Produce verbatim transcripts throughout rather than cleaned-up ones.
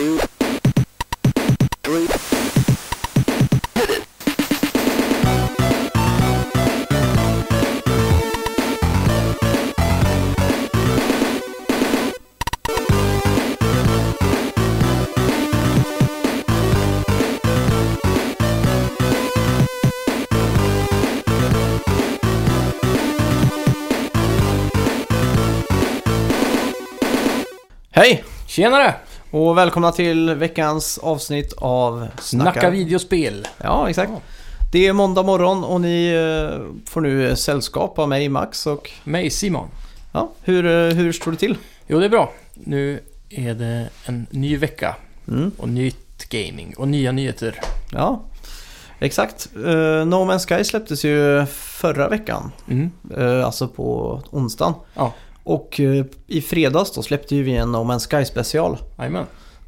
two, three. Hej! Tjenare! Och välkomna till veckans avsnitt av Snacka, Snacka videospel. Ja, exakt. Ja. Det är måndag morgon och ni eh, får nu sällskap av mig, Max. Och Mig, Simon. ja, hur, eh, hur står det till? Jo, det är bra. Nu är det en ny vecka Mm. och nytt gaming och nya nyheter. Ja, exakt. Uh, No Man's Sky släpptes ju förra veckan. Mm. Uh, alltså på onsdagen. Ja, Och uh, i fredags då släppte ju vi en No Man's Sky special. jajamän.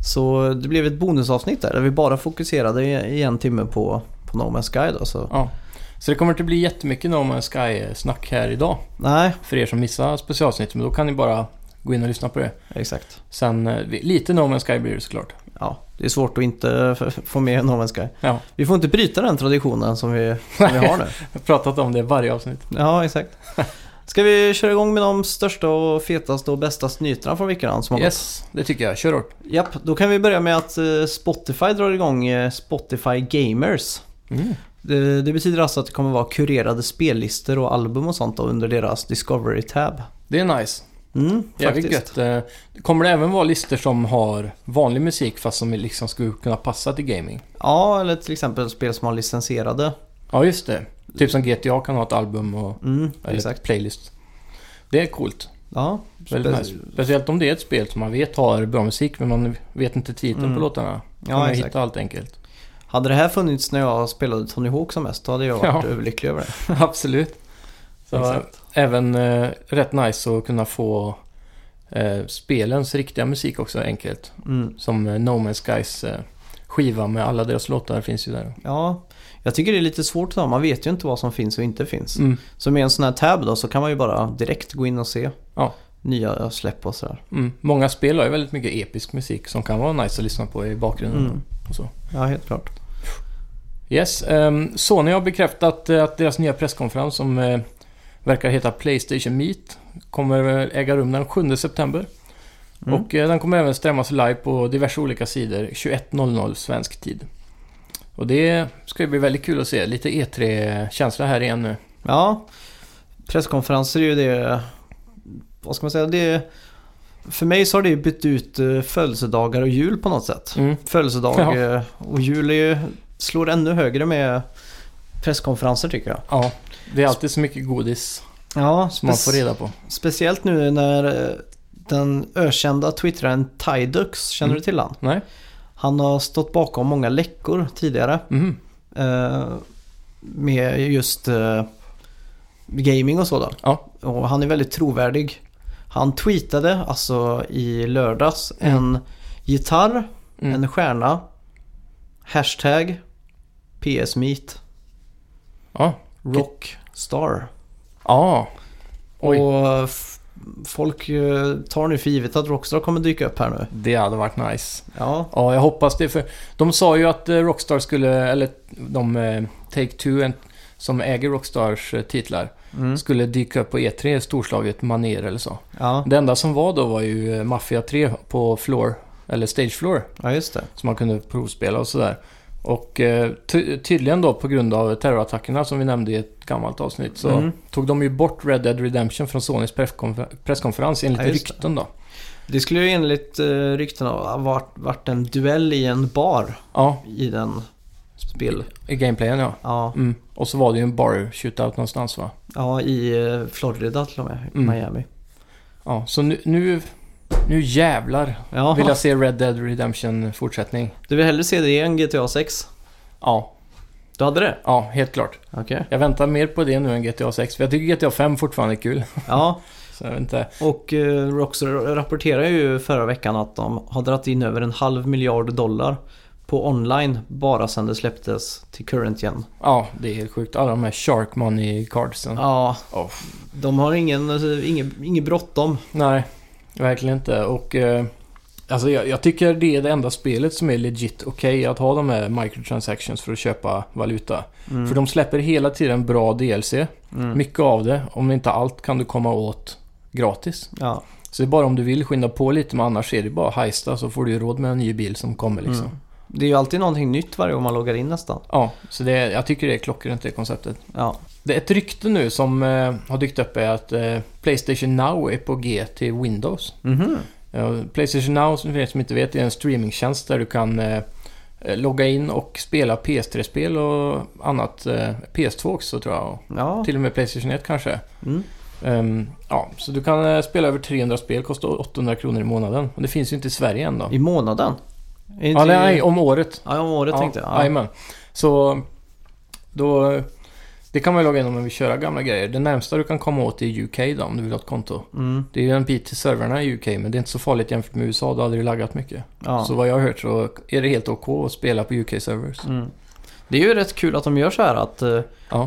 Så det blev ett bonusavsnitt där, där vi bara fokuserade i, i en timme på, på No Man's Sky då. Så. Ja. Så det kommer inte bli jättemycket No Man's Sky-snack här idag. Nej, För er som missar specialsnitt, men då kan ni bara gå in och lyssna på det. exakt. Sen, eh, vi- lite No Man's Sky blir det såklart. Ja, det är svårt att inte f- få med No Man's Sky. Ja, Vi får inte bryta den traditionen som vi, som vi har nu. jag har pratat om det i varje avsnitt. Ja, exakt. Ska vi köra igång med de största och fetaste och bästaste nyheterna från veckan som har gått? Yes, det tycker jag. Kör hårt. Japp, då kan vi börja med att eh, Spotify drar igång eh, Spotify Gamers. Mm. Det, det betyder alltså att det kommer vara kurerade spellistor och album och sånt då, under deras Discovery-tab. Det är nice. Mm, Jävligt faktiskt. gött. Eh, Kommer det även vara listor som har vanlig musik fast som liksom skulle kunna passa till gaming? Ja, eller till exempel spel som har licensierade. Ja, just det. Typ som G T A kan ha ett album och Mm, eller exakt. ett playlist. Det är coolt. Ja, Väldigt spe- nice. Speciellt om det är ett spel som man vet har bra musik men man vet inte titeln Mm. på låtarna. Ja, Kan man exakt. hitta allt enkelt. Hade det här funnits när jag spelade Tony Hawk som mest, då hade jag varit Ja. överlycklig över det. Absolut. Så Exakt. även eh, rätt nice att kunna få eh, spelens riktiga musik också enkelt. Mm. Som eh, No Man's Skys eh, skiva med alla deras låtar finns ju där. Ja, jag tycker det är lite svårt då. Man vet ju inte vad som finns och inte finns. Mm. Så med en sån här tab då så kan man ju bara direkt gå in och se Ja. nya släpp och sådär. Mm. Många spel har ju väldigt mycket episk musik som kan vara nice att lyssna på i bakgrunden. Mm. Och så. Ja, helt klart. Yes, um, Sony har bekräftat uh, att deras nya presskonferens som uh, verkar heta PlayStation Meet kommer uh, äga rum den sjunde september. Mm. Och uh, den kommer även stämmas live på diverse olika sidor tjugoett noll noll svensk tid. Och det ska ju bli väldigt kul att se. Lite E tre-känsla här igen nu. Ja, presskonferenser är ju det... Vad ska man säga? Det, för mig så har det bytt ut eh, födelsedagar och jul på något sätt. Mm. Födelsedag Ja. eh, och jul är ju, slår ännu högre med presskonferenser tycker jag. Ja, det är alltid så mycket godis Ja, som man spec- får reda på. speciellt nu när eh, den ökända twittraren Tidux, känner Mm. du till han? Nej? Han har stått bakom många läckor tidigare Mhm. eh, med just eh, gaming och så då. Ja. Och han är väldigt trovärdig. Han tweetade alltså i lördags Mm. en gitarr, Mm. en stjärna, hashtag P S Meet, Ja. Rockstar. Ja. Oj. Och f- folk eh, tar nu för givet att Rockstar kommer dyka upp här nu. Det hade varit nice. Ja, Ja, jag hoppas det. För de sa ju att eh, Rockstar skulle, eller de eh, Take-Two en- som äger Rockstars eh, titlar, mm. skulle dyka upp på E tre i storslaget maner eller så. ja. Det enda som var då var ju eh, Mafia tre på floor, eller stage floor, ja just det. som man kunde provspela och sådär. Och eh, ty- tydligen då på grund av terrorattackerna som vi nämnde i ett gammart avsnitt så Mm. tog de ju bort Red Dead Redemption från Sonys presskonfer- presskonferens enligt Ja, just det. rykten då. Det skulle ju enligt uh, ryktena ha varit, varit en duell i en bar Ja, i den spel. i gameplayen ja. Ja, Mm. Och så var det ju en bar shootout någonstans va? ja i uh, Florida till och med, i Mm. Miami. Ja, så nu, nu, nu jävlar Ja, vill jag se Red Dead Redemption fortsättning. du vill hellre se det än G T A sex? Ja, Du hade det? ja, helt klart. Okej. Jag väntar mer på det nu än G T A sex, för jag tycker G T A fem fortfarande är kul. Ja, Så jag vet inte. och uh, Rockstar rapporterar ju förra veckan att de har dragit in över en halv miljard dollar på online bara sedan det släpptes till current gen. Ja, det är helt sjukt. Alla de här Shark Money cardsen. Ja, Oh. de har ingen, ingen, ingen bråttom. Nej, verkligen inte. Och eh, Alltså jag, jag tycker det är det enda spelet som är legit okej okay, att ha de här microtransactions för att köpa valuta. Mm. För de släpper hela tiden bra D L C. Mm. Mycket av det, om inte allt, kan du komma åt gratis. Ja. Så det är bara om du vill skynda på lite, men annars är det bara hajsta så får du ju råd med en ny bil som kommer liksom. Mm. Det är ju alltid någonting nytt varje gång man loggar in nästan. Ja, så det, jag tycker det är klockrent det konceptet. Ja. Det är ett rykte nu som eh, har dykt upp är att eh, PlayStation Now är på G till Windows. Mhm. Ja, PlayStation Now, som ni som inte vet, är en streamingtjänst där du kan eh, logga in och spela P S tre-spel och annat. Eh, P S två också tror jag. Ja. Till och med PlayStation ett kanske. Mm. Um, ja, så du kan eh, spela över trehundra spel, kostar åttahundra kronor i månaden. Och det finns ju inte i Sverige än då. I månaden? Är inte Ja, det- nej, om året. Ja, om året Ja, tänkte jag. Ja. jajamän. Så då, det kan man ju logga in om man vill köra gamla grejer. Det närmsta du kan komma åt är U K då, om du vill ha ett konto. Mm. Det är ju en bit till serverna i U K, men det är inte så farligt jämfört med U S A. Det har aldrig laggat mycket. Ja. Så vad jag har hört så är det helt OK att spela på U K-servers. Mm. Det är ju rätt kul att de gör så här att eh, Ja,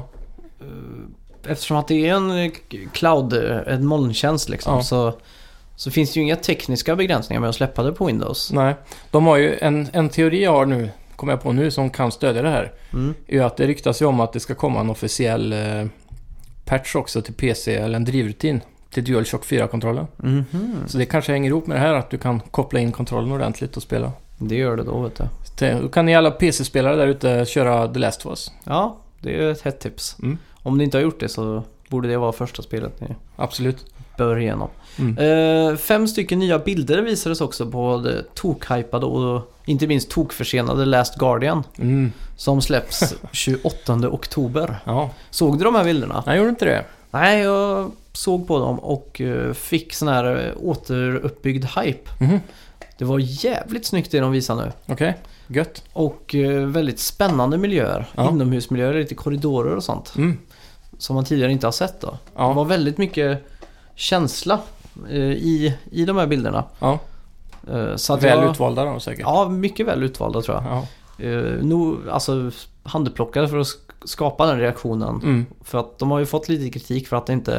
eftersom att det är en eh, cloud, eh, en molntjänst liksom, Ja. så, så finns det ju inga tekniska begränsningar med att släppa det på Windows. nej. De har ju en, en teori jag har nu, kommer jag på nu, som kan stödja det här. Mm. Är ju att det ryktas ju om att det ska komma en officiell eh, patch också till P C, eller en drivrutin till DualShock fyra-kontrollen. Mhm. Så det kanske hänger ihop med det här att du kan koppla in kontrollen ordentligt och spela. Det gör det då, vet du. Det- Då kan ni alla P C-spelare där ute köra The Last of Us. Ja, det är ju ett hett tips. Mm. Om ni inte har gjort det så borde det vara första spelet ni Absolut. bör igenom. Mm. Eh, fem stycken nya bilder visades också på det tokhypade och inte minst tokförsenade Last Guardian Mm. som släpps tjugoåttonde oktober. Ja, Såg du de här bilderna? jag gjorde inte det. Nej, jag såg på dem och eh, fick sån här eh, återuppbyggd hype. Mhm. Det var jävligt snyggt det de visar nu. Okej, gött. Och eh, väldigt spännande miljöer. Ja. Inomhusmiljöer, lite korridorer och sånt. Mm. Som man tidigare inte har sett då. Det Ja, var väldigt mycket känsla eh, i, i de här bilderna. ja. Eh, så att Väl jag, utvalda då säkert. Ja, mycket väl utvalda tror jag. Ja. Eh, no, alltså handplockade för att sk- skapa den reaktionen. Mm. För att de har ju fått lite kritik för att det inte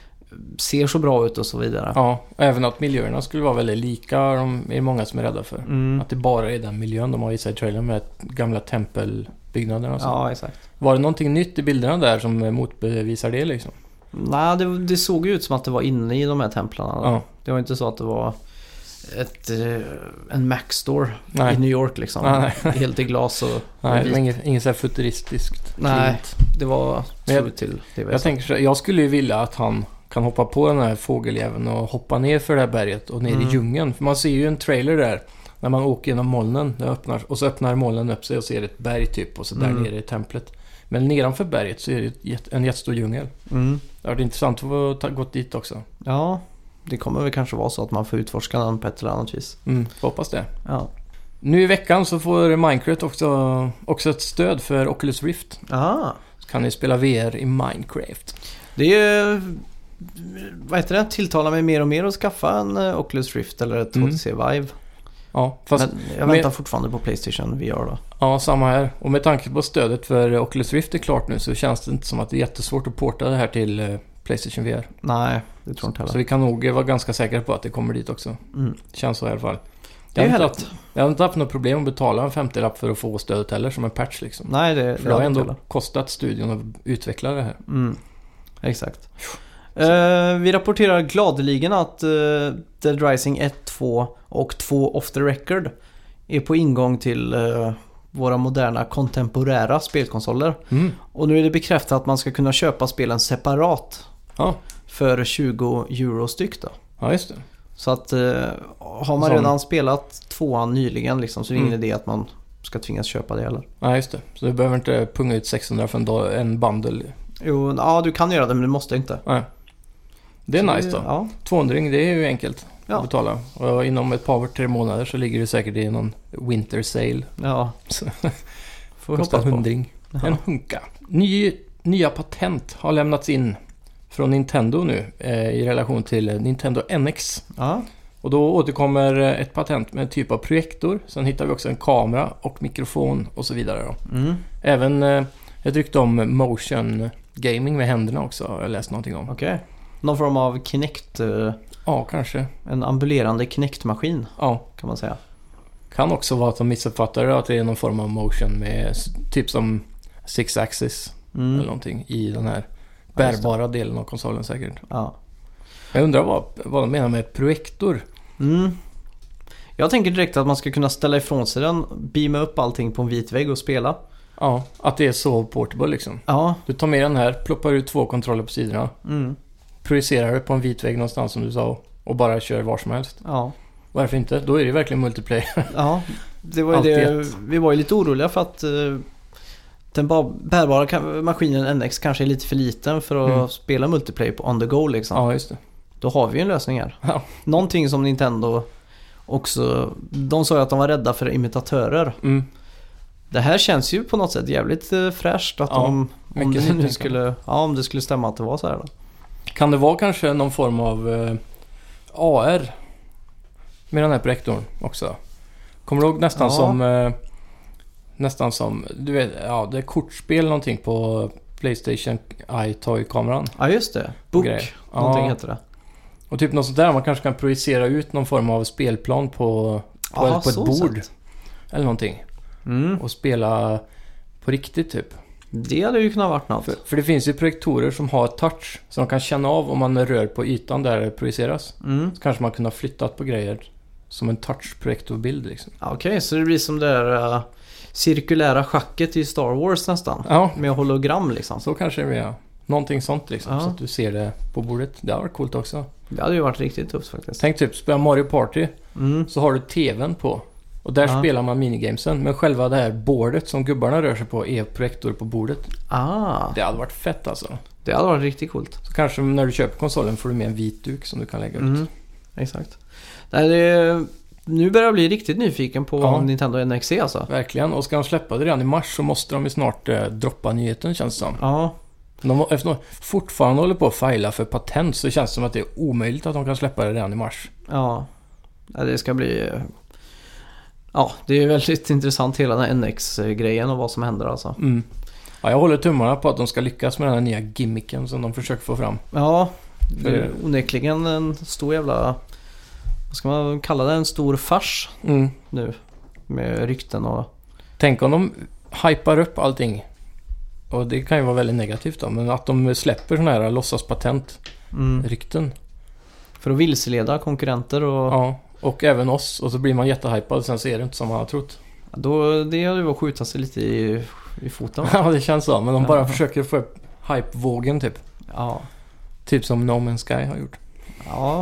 ser så bra ut och så vidare. Ja, och även att miljöerna skulle vara väldigt lika, de är många som är rädda för. Mm. Att det bara är den miljön de har visat i trailern med gamla tempelbyggnaderna och så. Ja, exakt. Var det någonting nytt i bilderna där som motbevisar det liksom? Nej, det, det såg ju ut som att det var inne i de här templarna. Ja. Det var inte så att det var ett, eh, en Mac Store Nej. i New York liksom. Nej. Helt i glas och, Nej, och det vit. var inget, inget så här futuristiskt. Nej, fint. det var Men jag- true till det. Jag tänker så här, jag skulle ju vilja att han kan hoppa på den här fågeljäveln och hoppa ner för det här berget och ner Mm. i djungeln. För man ser ju en trailer där när man åker genom molnen. Det öppnar, och så öppnar molnen upp sig och ser ett berg typ och så där Mm. nere i templet. Men nedanför berget så är det ett jätte- en jättestor djungel. Mm. Det har varit intressant att få ta- gått dit också. Ja, det kommer väl kanske vara så att man får utforska den på ett eller annat vis. Mm, får hoppas det. Ja. Nu i veckan så får Minecraft också, också ett stöd för Oculus Rift. Aha. Så kan ni spela V R i Minecraft. Det är ju, vad heter det, tilltalar mig mer och mer att skaffa en eh, Oculus Rift eller ett Mm. H T C Vive. Ja, fast Men jag väntar fortfarande på PlayStation V R då. ja, samma här. Och med tanke på stödet för Oculus Rift är klart nu så känns det inte som att det är jättesvårt att porta det här till eh, PlayStation V R. Nej, det tror jag inte Så heller. vi kan nog vara ganska säkra på att det kommer dit också. Mm. Känns så i alla fall. Det är Jag har, inte härligt. haft, jag har inte haft något problem att betala en femtiolapp för att få stödet heller som en patch liksom. Nej, det, För det har hade ändå jag inte kostat studion att utveckla det här. heller. Mm. Exakt. Eh, vi rapporterar gladeligen att uh, Dead Rising ett, två och två Off the Record är på ingång till eh, våra moderna kontemporära spelkonsoler. Mm. Och nu är det bekräftat att man ska kunna köpa spelen separat Ja. för tjugo euro styck då. ja, just det. Så att eh, har man Som- redan spelat tvåan nyligen liksom, så är det ingen Mm. idé att man ska tvingas köpa det heller. Ja, just det. Så du behöver inte punga ut sexhundra för en, dag, en bundle. Jo, ja, du kan göra det men du måste inte. Nej. Det är Så nice då. Ja, tvåhundra, det är ju enkelt Ja. att betala. Och inom ett par, tre månader så ligger det säkert i någon winter sale. ja. Så Får kostar hoppas på. hundring. Jaha. En hunka. Ny, nya patent har lämnats in från Nintendo nu eh, i relation till Nintendo N X. Ja. Och då återkommer ett patent med en typ av projektor. Sen hittar vi också en kamera och mikrofon och så vidare då. Mm. Även eh, ett rykte om motion gaming med händerna också har jag läst någonting om. Okej. Någon form av Kinect. eh, Ja, kanske. En ambulerande Kinect-maskin Ja. kan man säga. Kan också vara att de missuppfattar det, att det är någon form av motion med s- typ som six axis Mm. eller någonting i den här Ja, just det. bärbara delen av konsolen säkert. Ja. Jag undrar vad, vad de menar med ett projektor. Mm. Jag tänker direkt att man ska kunna ställa ifrån sig den, beama upp allting på en vit vägg och spela. Ja, att det är så portable liksom. Ja. Du tar med den här, ploppar ut två kontroller på sidorna, Mm. projicerar det på en vit vägg någonstans som du sa och bara kör var som helst. Ja. Varför inte? Då är det verkligen multiplayer. Ja. Det var ju Alltid det. ett. Vi var ju lite oroliga för att uh, den ba- bärbara ka- maskinen N X kanske är lite för liten för att Mm. spela multiplayer på on the go liksom. Ja, just det. Då har vi ju en lösning här. Ja. Någonting som Nintendo också... De sa ju att de var rädda för imitatörer. Mm. Det här känns ju på något sätt jävligt uh, fräscht att Ja, de... Om mycket det, nu nytänkande. skulle, ja, om det skulle stämma att det var så här då. Kan det vara kanske någon form av eh, A R med den här projektorn också? Kommer du ihåg nästan Ja. som eh, nästan som du vet, ja, det är kortspel någonting på PlayStation iToy-kameran. Ja, just det. Book. grejer. Någonting Ja. heter det. Och typ något sånt där man kanske kan projicera ut någon form av spelplan på på, Aha, på ett så bord sätt. eller någonting Mm. och spela på riktigt typ. Det hade ju kunnat varit något. För, för det finns ju projektorer som har touch så de kan känna av om man rör på ytan där det projiceras. Mm. Så kanske man kunde ha flyttat på grejer som en touch-projektorbild liksom. Ja, Okej, så det blir som det där uh, cirkulära schacket i Star Wars nästan. Ja, Med hologram liksom. så kanske det är. Någonting sånt liksom, Ja. så att du ser det på bordet. Det har varit coolt också. Det hade ju varit riktigt tufft faktiskt. Tänk typ, spela Mario Party, Mm. så har du tvn på. Och där Ja. spelar man minigamesen. Men själva det här bordet som gubbarna rör sig på är projektor på bordet. Ah, Det hade varit fett alltså. det hade varit riktigt coolt. Så kanske när du köper konsolen får du med en vit duk som du kan lägga ut. Mm. Exakt. Nej, det, nu börjar jag bli riktigt nyfiken på Ja. Nintendo N X E alltså. Verkligen. Och ska de släppa det redan i mars så måste de ju snart eh, droppa nyheten, känns det som. Ja, De, eftersom de fortfarande håller på att fila för patent så känns det som att det är omöjligt att de kan släppa det redan i mars. ja. Ja, det ska bli... Ja, det är väldigt intressant hela den här N X-grejen och vad som händer alltså. Mm. Ja, jag håller tummarna på att de ska lyckas med den här nya gimmicken som de försöker få fram. Ja, det För- är onekligen en stor jävla... Vad ska man kalla det? En stor fars Mm. nu. Med rykten och... Tänk om de hypar upp allting. Och det kan ju vara väldigt negativt då. Men att de släpper sådana här låtsaspatent-rykten. Mm. För att vilseleda konkurrenter och... Ja, och även oss. Och så blir man jättehypad och sen så är det inte som man har trott. Då, det hade ju att skjuta sig lite i, i foten. va? Ja, det känns så. Men de bara Ja. försöker få upp hype-vågen typ. Ja. Typ som No Man's Sky har gjort. Ja.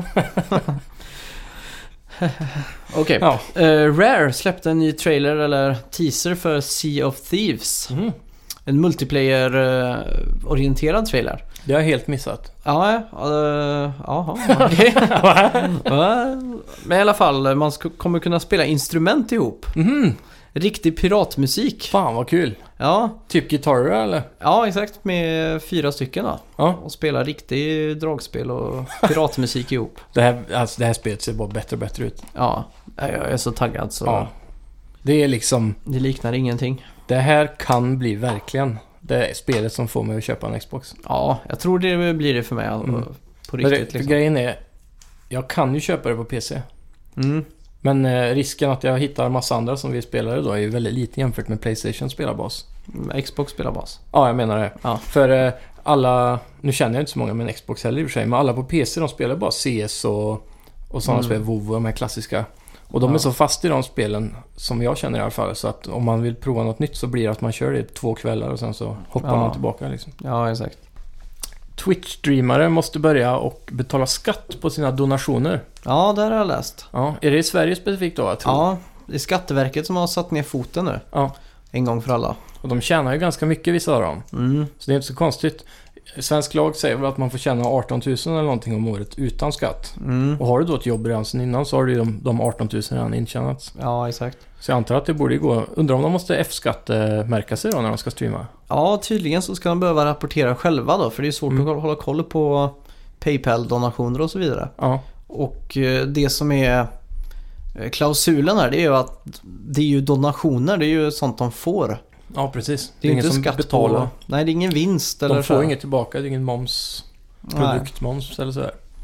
Okej. Ja. Eh, Rare släppte en ny trailer eller teaser för Sea of Thieves. Mm. En multiplayer-orienterad trailer. Det har jag helt missat. Ja, uh, jaha, okej. Ja, men i alla fall, man ska, kommer kunna spela instrument ihop. Mhm. Riktig piratmusik. Fan vad kul. Ja, Typ gitarrer eller? ja, exakt. Med fyra stycken då. Ja. Och spela riktig dragspel och piratmusik ihop. Det här, alltså, det här spelet ser bara bättre och bättre ut. Ja, jag är så taggad så Ja. Det är liksom... det liknar ingenting. Det här kan bli verkligen det är spelet som får mig att köpa en Xbox. Ja, jag tror det blir det för mig alltså, Mm. på För det, riktigt för liksom. grejen är... Jag kan ju köpa det på P C. Mm. Men eh, risken att jag hittar en massa andra som vi spelar då är ju väldigt liten jämfört med PlayStation spelarbas. Xbox spelar bas. Ja, jag menar det. Ja. För eh, alla... Nu känner jag inte så många med en Xbox heller i och för sig. Men alla på P C de spelar bara C S och, och sådana Mm. spel. WoW och de här klassiska. Och de Ja. är så fast i de spelen som jag känner i alla fall. Så att om man vill prova något nytt så blir det att man kör det två kvällar och sen så hoppar Ja. man tillbaka liksom. Ja, exakt. Twitch-streamare måste börja och betala skatt på sina donationer. Ja, där har jag läst. Ja, är det i Sverige specifikt då? Jag tror. Ja, det är Skatteverket som har satt ner foten nu. Ja. En gång för alla. Och de tjänar ju ganska mycket vissa av dem. Mm. Så det är inte så konstigt. Svensk lag säger väl att man får tjäna arton tusen eller någonting om året utan skatt. Mm. Och har du då ett jobb redan sedan innan så har du ju de, de arton tusen redan intjänats. Ja, exakt. Så jag antar att det borde gå... Undrar om de måste F-skattemärka sig då när de ska streama? Ja, tydligen så ska de behöva rapportera själva då. För det är svårt Mm. att hålla koll på PayPal-donationer och så vidare. Ja. Och eh, det som är eh, klausulen här, det är ju att det är ju donationer. Det är ju sånt de får. Ja, precis. Det är, ingen inte som skatt betalar. på... Nej, det är ingen vinst. Eller De så får här. inget tillbaka. Det är ingen moms. Nej. Produktmoms eller sådär.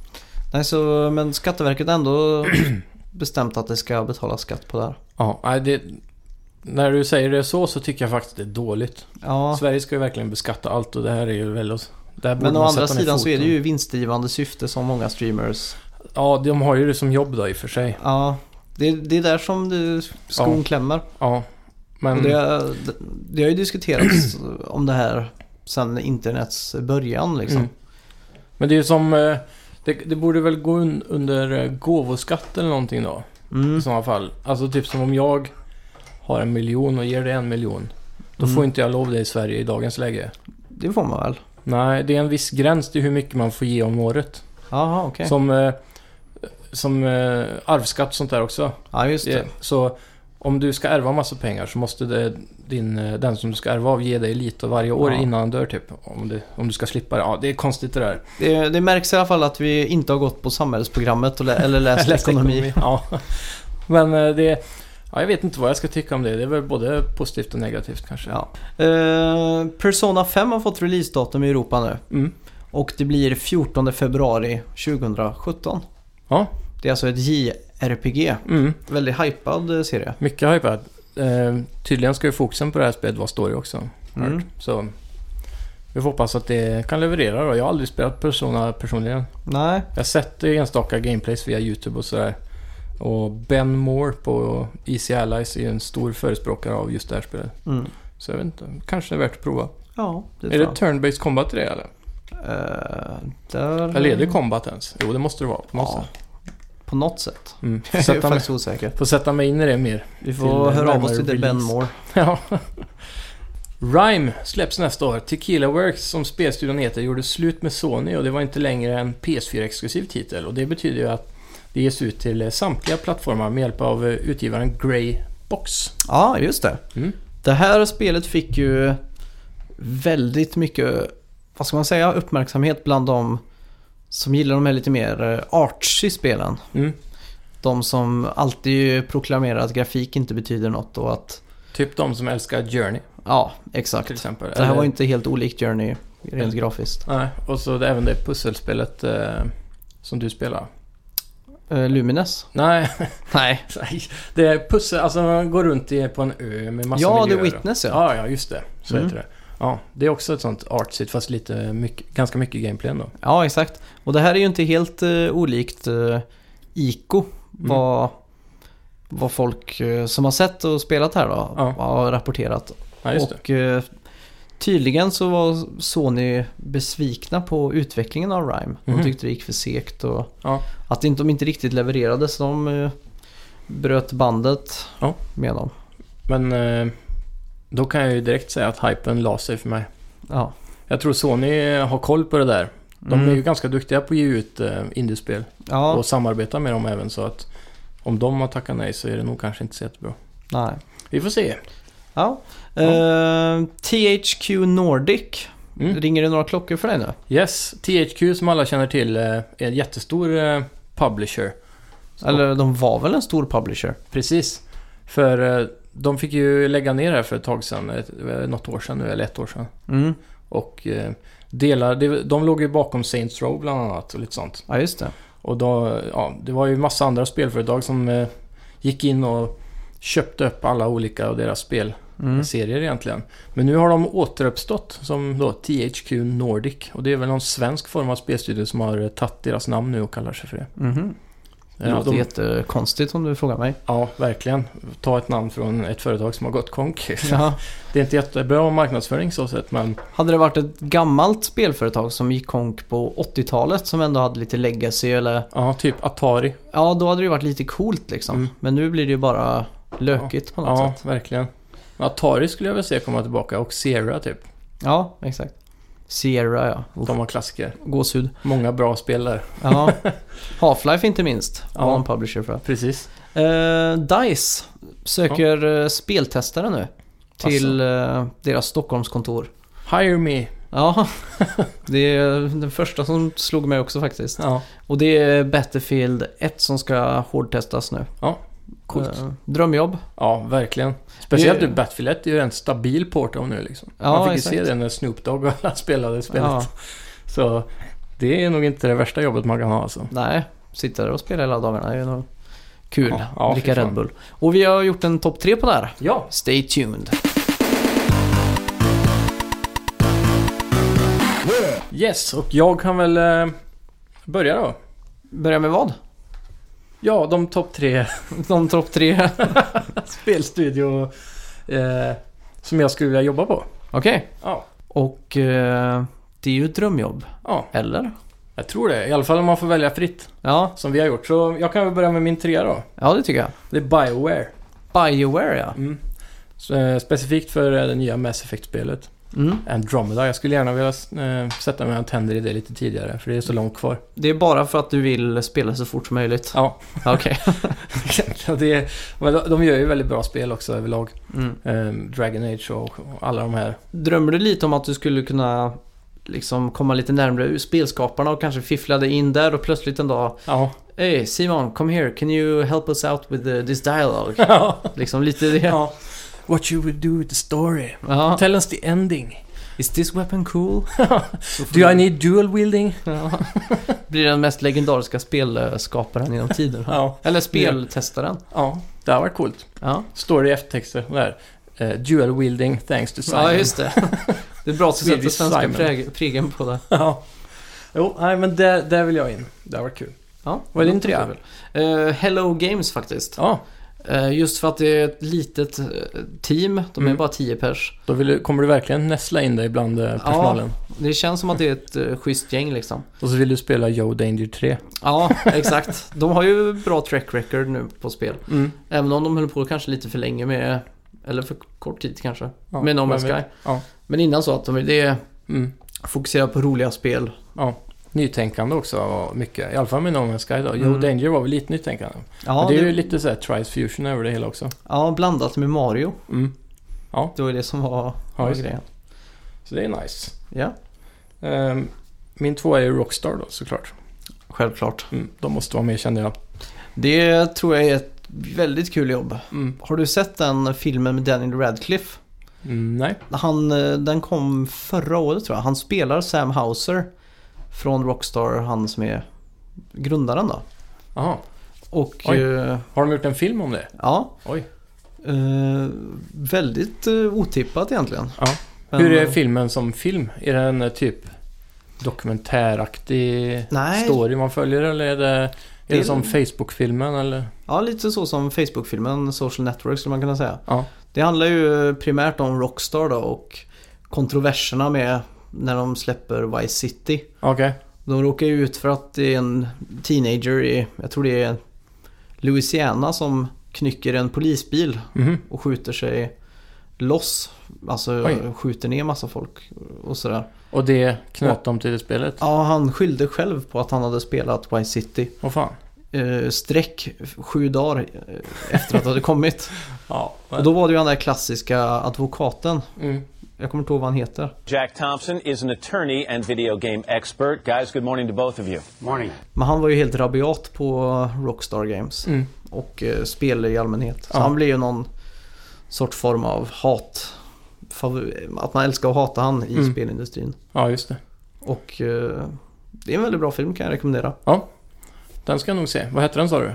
Nej, så, men Skatteverket har ändå bestämt att det ska betala skatt på det här. Ja, nej, det, när du säger det så så tycker jag faktiskt det är dåligt. Ja. Sverige ska ju verkligen beskatta allt och det här är ju väldigt... Men å andra sidan så är det ju vinstdrivande syfte som många streamers. Ja, de har ju det som jobb då i och för sig. Ja, det, det är där som det, skon ja. klämmer. Ja, men... Och det, det, det har ju diskuterats om det här sedan internets början liksom. Mm. Men det är ju som... Det, det borde väl gå un, under gåvoskatt eller någonting då. Mm. I sådana fall. Alltså typ som om jag har en miljon och ger det en miljon. Då mm. får inte jag lov det i Sverige i dagens läge. Det får man väl? Nej, det är en viss gräns till hur mycket man får ge om året. Jaha, okej. Okay. Som, eh, som eh, arvsskatt och sånt där också. Ja, just det. Så om du ska ärva massa pengar så måste det, din, den som du ska ärva av ge dig lite varje år ja. innan han dör typ. Om, det, om du ska slippa det. Ja, det är konstigt det där. Det, det märks i alla fall att vi inte har gått på samhällsprogrammet och lä- eller läst ekonomi. ekonomi. Ja. Men eh, det... Ja, jag vet inte vad jag ska tycka om det. Det är väl både positivt och negativt kanske. Ja. Uh, Persona fem har fått releasedatum i Europa nu. Mm. Och det blir fjortonde februari tjugosjutton. Ja. Det är alltså ett J R P G. Mm. Väldigt hypad serie. Mycket hypad. Uh, tydligen ska ju fokusen på det här spelet vara story också. Mm. Så vi får hoppas att det kan leverera då. Jag har aldrig spelat Persona personligen. Nej. Jag har sett enstaka gameplays via YouTube och sådär. Och Ben Moore på Easy Allies är en stor förespråkare av just det här spelet. Mm. Så jag vet inte, kanske det är värt att prova. Ja, det är det turn-based combat i det eller? Uh, där... Eller är det combat ens? Jo, det måste det vara på något ja, sätt. På något sätt. Mm. Jag är faktiskt osäker. Får sätta mig in i det mer. Vi får höra av oss till det Ben Moore. Ja. Rime släpps nästa år. Tequila Works, som spelstudion heter, gjorde slut med Sony och det var inte längre en P S fyra-exklusiv titel. Och det betyder ju att det ges ut till samtliga plattformar med hjälp av utgivaren Grey Box. Ja, just det. Mm. Det här spelet fick ju väldigt mycket, vad ska man säga, uppmärksamhet bland de som gillar de här lite mer artsy spelen. Mm. De som alltid proklamerar att grafik inte betyder något och att... Typ de som älskar Journey. Ja, exakt. Till exempel. Det här Eller... var inte helt olikt Journey rent grafiskt. Nej, och så det, även det pusselspelet eh, som du spelar. Uh, Lumines? Nej. Nej. Det är pussel, alltså man går runt i, på en ö med massa ja, miljöer. Ja, The Witness, ja. Ja, ja, just det. Så mm. heter det. Ja, det är också ett sånt artsigt fast lite mycket, ganska mycket gameplay ändå. Ja, exakt. Och det här är ju inte helt uh, olikt uh, Ico. Mm. Vad, vad folk uh, som har sett och spelat här då ja. har rapporterat. Ja, just och uh, tydligen så var Sony besvikna på utvecklingen av Rime. De mm. tyckte det gick för segt och ja. att de inte riktigt levererade så de uh, bröt bandet ja. med dem. Men uh, då kan jag ju direkt säga att hypen la sig för mig. Ja. Jag tror Sony har koll på det där. De mm. är ju ganska duktiga på att ge ut uh, indiespel ja. och samarbeta med dem även, så att om de har tackat nej så är det nog kanske inte så jättebra. Nej. Vi får se. Ja. Uh, T H Q Nordic. Mm. Ringer det några klockor för dig nu? Yes, T H Q som alla känner till är en jättestor uh, publisher. Så. Eller de var väl en stor publisher? Precis. För uh, de fick ju lägga ner här för ett tag sedan, ett, något år sedan nu, eller ett år sedan. Mm. Och uh, delar, de, de låg ju bakom Saints Row bland annat och lite sånt. Ja, just det. Och då, ja, det var ju massa andra spelföretag som uh, gick in och köpte upp alla olika av deras spel. Mm. serier egentligen. Men nu har de återuppstått som då T H Q Nordic. Och det är väl någon svensk form av spelstudio som har tagit deras namn nu och kallar sig för det. Mm-hmm. Det ja, låter de... jättekonstigt om du frågar mig. Ja, verkligen. Ta ett namn från ett företag som har gått konk. Ja. Det är inte jättebra marknadsföring så sett, men... Hade det varit ett gammalt spelföretag som gick konk på åttiotalet som ändå hade lite legacy eller... Ja, typ Atari. Ja, då hade det varit lite coolt liksom. Mm. Men nu blir det ju bara lökigt ja. på något ja, sätt. Ja, verkligen. Atari skulle jag väl se komma tillbaka. Och Sierra typ. Ja, exakt. Sierra, ja. Uff. De var klassiker. Gåshud. Många bra spel där. Ja. Half-Life inte minst. Ja. Var en publisher för. Precis. Uh, DICE söker ja. speltestare nu. Till uh, deras Stockholmskontor. Hire me. Ja, det är den första som slog mig också faktiskt. Ja. Och det är Battlefield ett som ska hårdtestas nu. Ja. Coolt. Uh, drömjobb. Ja, verkligen. Speciellt det... Battlefield ett är ju en stabil port av nu liksom. Ja, man fick exakt. ju se det när Snoop Dogg spelade spelet. Ja. Så Det är nog inte det värsta jobbet man kan ha alltså. Nej, sitta där och spela hela dagarna. Det är nog kul. Ja, ja, dricka fy fan. Red Bull. Och vi har gjort en topp tre på det här. Ja. Stay tuned. Yes, och jag kan väl eh, börja då. Börja med vad? Ja, de topp tre De topp tre. spelstudio eh, som jag skulle vilja jobba på. Okej. Ja. Och eh, det är ju ett drömjobb. Ja, Eller? jag tror det. I alla fall om man får välja fritt. Ja, Som vi har gjort. Så jag kan väl börja med min trea då. ja det tycker jag. Det är BioWare. BioWare, ja. Mm. Så, eh, specifikt för eh, det nya Mass Effect-spelet. Mm. Andromeda. Jag skulle gärna vilja eh, sätta mina tänder i det lite tidigare. För det är så långt kvar. Det är bara för att du vill spela så fort som möjligt. Ja, Okej. ja, det är, men de- de gör ju väldigt bra spel också överlag. Mm. Eh, Dragon Age och, och alla de här. Drömmer du lite om att du skulle kunna liksom komma lite närmare spelskaparna och kanske fiffla dig in där och plötsligt en dag Ja. Hey Simon, come here, can you help us out with the, this dialogue? Ja. Liksom lite det. Ja. What you would do with the story. Ja. Tell us the ending. Is this weapon cool? Så får Do I du- need dual wielding? Ja. Blir den mest legendariska spelskaparen genom tiden. Ja. Eller speltestaren. Ja, det har varit coolt. Ja, Står det i eftertexter där. Uh, dual wielding thanks to Simon. ja just det. Det är bra att du sätter Swedish svenska Simon. präg- prägen på det. Ja. Jo, nej men där, där vill jag in. Det har varit kul. Ja, Vad är din det låter trea? väl. Eh, Hello Games faktiskt. Ja, Eh, just för att det är ett litet eh, team. De är Mm. bara tio pers. då vill du, kommer du verkligen näsla in dig bland eh, personalen. Det känns som att det är ett uh, schysst gäng liksom. Och så vill du spela Yo Danger tre. Ja, exakt. De har ju bra track record nu på spel. Mm. Även om de höll på kanske lite för länge med, eller för kort tid kanske, Ja, med No Man's vem vet? Sky. Ja. Men innan så att de det är Mm. fokuserar på roliga spel. Ja. Nytänkande också var mycket. I alla fall med No Man's Sky då. Yo Mm. Danger var väl lite nytänkande. Ja, Men det är det, ju lite så här Trice Fusion över det hela också. ja, blandat med Mario. Mm. Ja, Det var det som var, Ja, var just det. grejen. så det är nice. Ja, Ehm, min två är ju Rockstar då såklart. självklart. Mm. De måste vara med kände jag. Det tror jag är ett väldigt kul jobb. Mm. Har du sett den filmen med Daniel Radcliffe? Mm, nej. Han, eh, den kom förra året tror jag. Han spelar Sam Houser från Rockstar, han som är grundaren då. Jaha. Och Oj. eh, Har de gjort en film om det? ja, Oj. eh, väldigt eh, otippat egentligen. Ja. Men, Hur är eh, filmen som film? Är det en eh, typ dokumentäraktig Nej. story man följer eller är det, är det, Det- som Facebook-filmen eller? Ja, lite så som Facebook-filmen Social Network skulle man kunna säga. Ja. Det handlar ju primärt om Rockstar då och kontroverserna med när de släpper Vice City. Okej. De råkar ju ut för att det är en teenager i, jag tror det är Louisiana som knycker en polisbil Mhm. och skjuter sig loss. Alltså Oj. skjuter ner massa folk och sådär. Och det knöt de till det spelet? Ja, han skyllde själv på att han hade spelat Vice City. Vad fan? Eh, sträck sju dagar eh, efter att det hade kommit. Ja. Och då var det ju den där klassiska advokaten. Mm. Jag kommer inte ihåg vad han heter. Jack Thompson is an attorney and video game expert. Guys, good morning to both of you. Morning. Men han var ju helt rabiat på Rockstar Games. Mm. Och eh, spel i allmänhet. Så Ja. han blev ju någon sorts form av hat. Fav- att man älskar att hata han i Mm. spelindustrin. Ja, just det. Och eh, det är en väldigt bra film, kan jag rekommendera. Den ska jag nog se. Vad heter den sa du?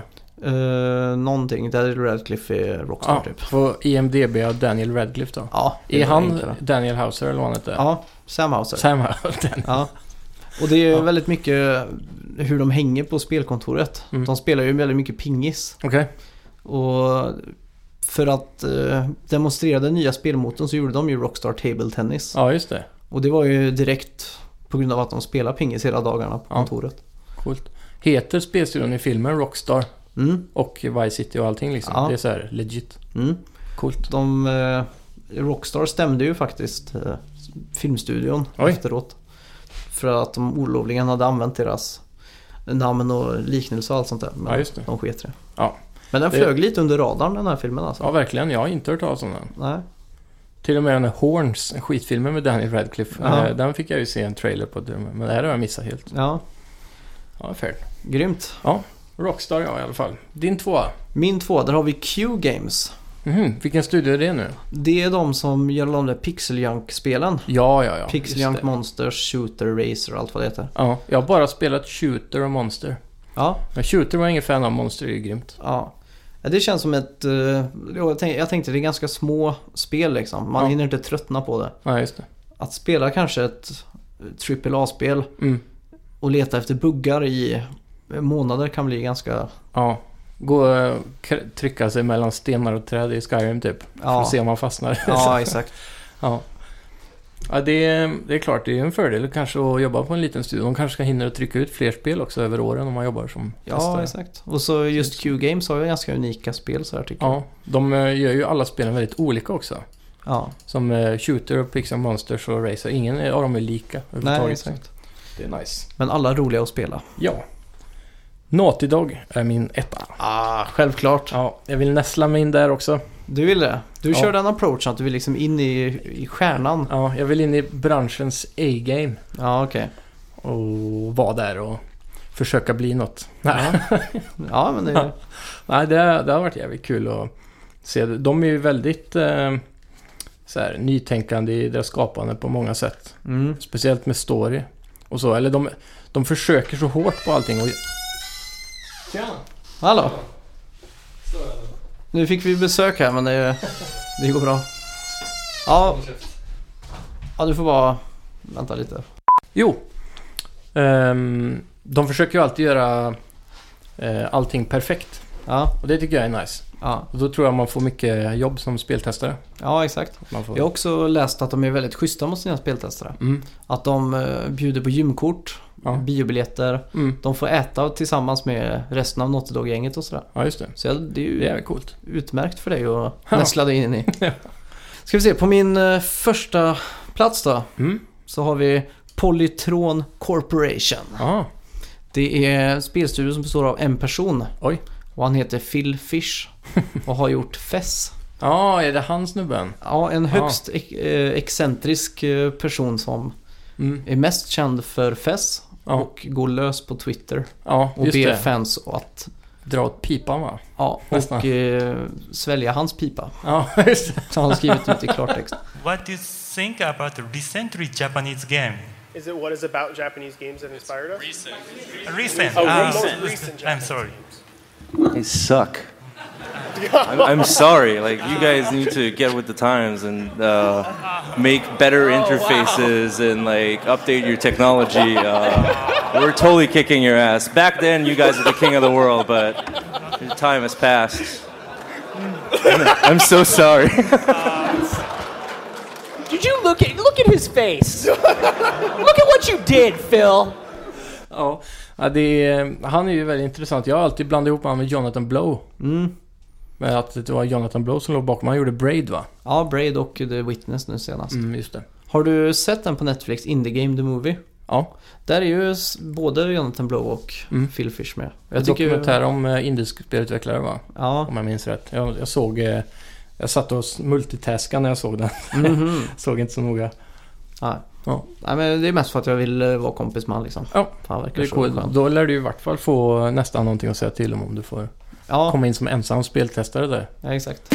Uh, någonting, Daniel Radcliffe är Rockstar Ja, typ. på I M D B av Daniel Radcliffe då. Ja, det Är var han enklare. Daniel Houser eller vad han heter? Ja, Sam Houser. Sam Houser. Ja. Och det är Ja. väldigt mycket hur de hänger på spelkontoret. Mm. De spelar ju väldigt mycket pingis. Okej. Och för att eh, demonstrera den nya spelmotorn så gjorde de ju Rockstar Table Tennis. Ja, just det. Och det var ju direkt på grund av att de spelar pingis hela dagarna på Ja. kontoret. Coolt. Heter spelstudion i filmen Rockstar Mm, och Vice City och allting liksom? Ja. Det är så här legit. mm. Coolt. De, eh, Rockstar stämde ju faktiskt eh, filmstudion Oj. efteråt. För att de olovligen hade använt deras namn och liknelse och allt sånt där. Men Ja, just det. de sket i det. Ja. Men den Det- flög lite under radarn, den här filmen alltså. Ja, verkligen. Jag har inte hört talas om den. Nej. Till och med den här Horns, skitfilmen med Daniel Radcliffe. Ja. eh, Den fick jag ju se en trailer på. Men det här har jag missat helt. Ja, Ja, fair. grymt. Rockstar ja, i alla fall. Din tvåa. Min två, där har vi Q Games. Mm, vilken studio är det nu? Det är de som gör de där Pixel Junk-spelen. Ja, ja, ja. Pixel Junk Monsters, Shooter, Racer och allt vad det heter. Ja, jag har bara spelat Shooter och Monster. Ja. Men Shooter var ingen fan av, Monster är ju grymt. Ja. Det känns som ett... Uh, jag, tänkte, jag tänkte det är ganska små spel liksom. Man ja. hinner inte tröttna på det. Ja, just det. Att spela kanske ett triple A-spel mm. och leta efter buggar i månader kan bli ganska... Ja. Gå och k- trycka sig mellan stenar och träd i Skyrim typ. Ja. För att se om man fastnar. Ja, exakt. Ja. Ja, det är, det är klart, det är en fördel kanske att jobba på en liten studio. De kanske ska hinna att trycka ut fler spel också över åren om man jobbar som Ja, testare. exakt. Och så just Q-Games har ju ganska unika spel så här tycker jag. Ja, de eh, gör ju alla spelen väldigt olika också. Ja. Som eh, Shooter, Pixel Monsters och Racer. Ingen av dem är lika Nej, exakt. Det är nice. Men alla är roliga att spela. Ja. Naughty Dog är min etta. Ah, självklart. Ja, jag vill näsla mig in där också. Du vill det? Du Ja. kör den approachen att du vill liksom in i, i stjärnan. Ja, jag vill in i branschens A-game. Ja, okej. Och vara där och försöka bli något. Nej, Ja. Ja, men det... Nej det, det har varit jävligt kul att se. De är ju väldigt eh, så här, nytänkande i deras skapande på många sätt. Mm. Speciellt med story och så. Eller de, de försöker så hårt på allting. Och... Tjena! Hallå? Nu fick vi besök här, men det, det går bra. Ja. Ja, du får bara vänta lite. Jo. Ehm, de försöker ju alltid göra eh, allting perfekt. Ja, Och det tycker jag är nice. ja. Och då tror jag man får mycket jobb som speltestare. Ja, exakt. Man får... Jag har också läst att de är väldigt schyssta mot sina speltestare. Mm. Att de eh, bjuder på gymkort, Ja. biobiljetter. Mm. De får äta tillsammans med resten av Naughty Dog-gänget och sådär. Ja, just det. Så jag, det är ju Det är jävligt coolt. utmärkt för dig att Ja. näsla dig in i. Ska vi se, på min eh, första plats då Mm. så har vi Polytron Corporation. Ja. Det är en spelstudio som består av en person. Oj. Och han heter Phil Fish och har gjort Fess. Ja, är det han snubben? Ja, en högst ex- eh, excentrisk eh, person som Mm. är mest känd för Fess Ja. och går lös på Twitter Ja, och just ber det. fans att Dra åt pipan, va? ja, Nästan. och eh, svälja hans pipa. Ja, just det. Så han har skrivit ut i klartext. What do you think about the recently Japanese game? Is it what is about Japanese games that inspired us? Recent. Oh, Ah, most recent I'm Japanese sorry. games. They suck. I'm, I'm sorry. Like, you guys need to get with the times and uh, make better interfaces and like update your technology. Uh, we're totally kicking your ass. Back then, you guys were the king of the world, but your time has passed. I'm so sorry. Did you look at look at his face? Look at what you did, Phil. Ja, ja det är, han är ju väldigt intressant. Jag har alltid blandat ihop honom med Jonathan Blow. Mm. Men att det var Jonathan Blow som låg bakom. Han gjorde Braid, va? Ja, Braid och The Witness nu senast. Mm, just det. Har du sett den på Netflix, Indie Game The Movie? Ja, Där är ju s- både Jonathan Blow och Mm. Phil Fish med. en dokumentär om eh, indisk spelutvecklare, va? Ja. Om jag minns rätt. Jag, jag såg... Eh, jag satt och multitaskade när jag såg den. Mhm. Såg inte så noga. Nej. Ja. Nej, men det är mest för att jag vill eh, vara kompis med han liksom. Ja, Han verkar Det är så cool. skön. Då lär du i vart fall få nästan någonting att säga till om om du får Ja, komma in som ensam speltestare där. ja, exakt.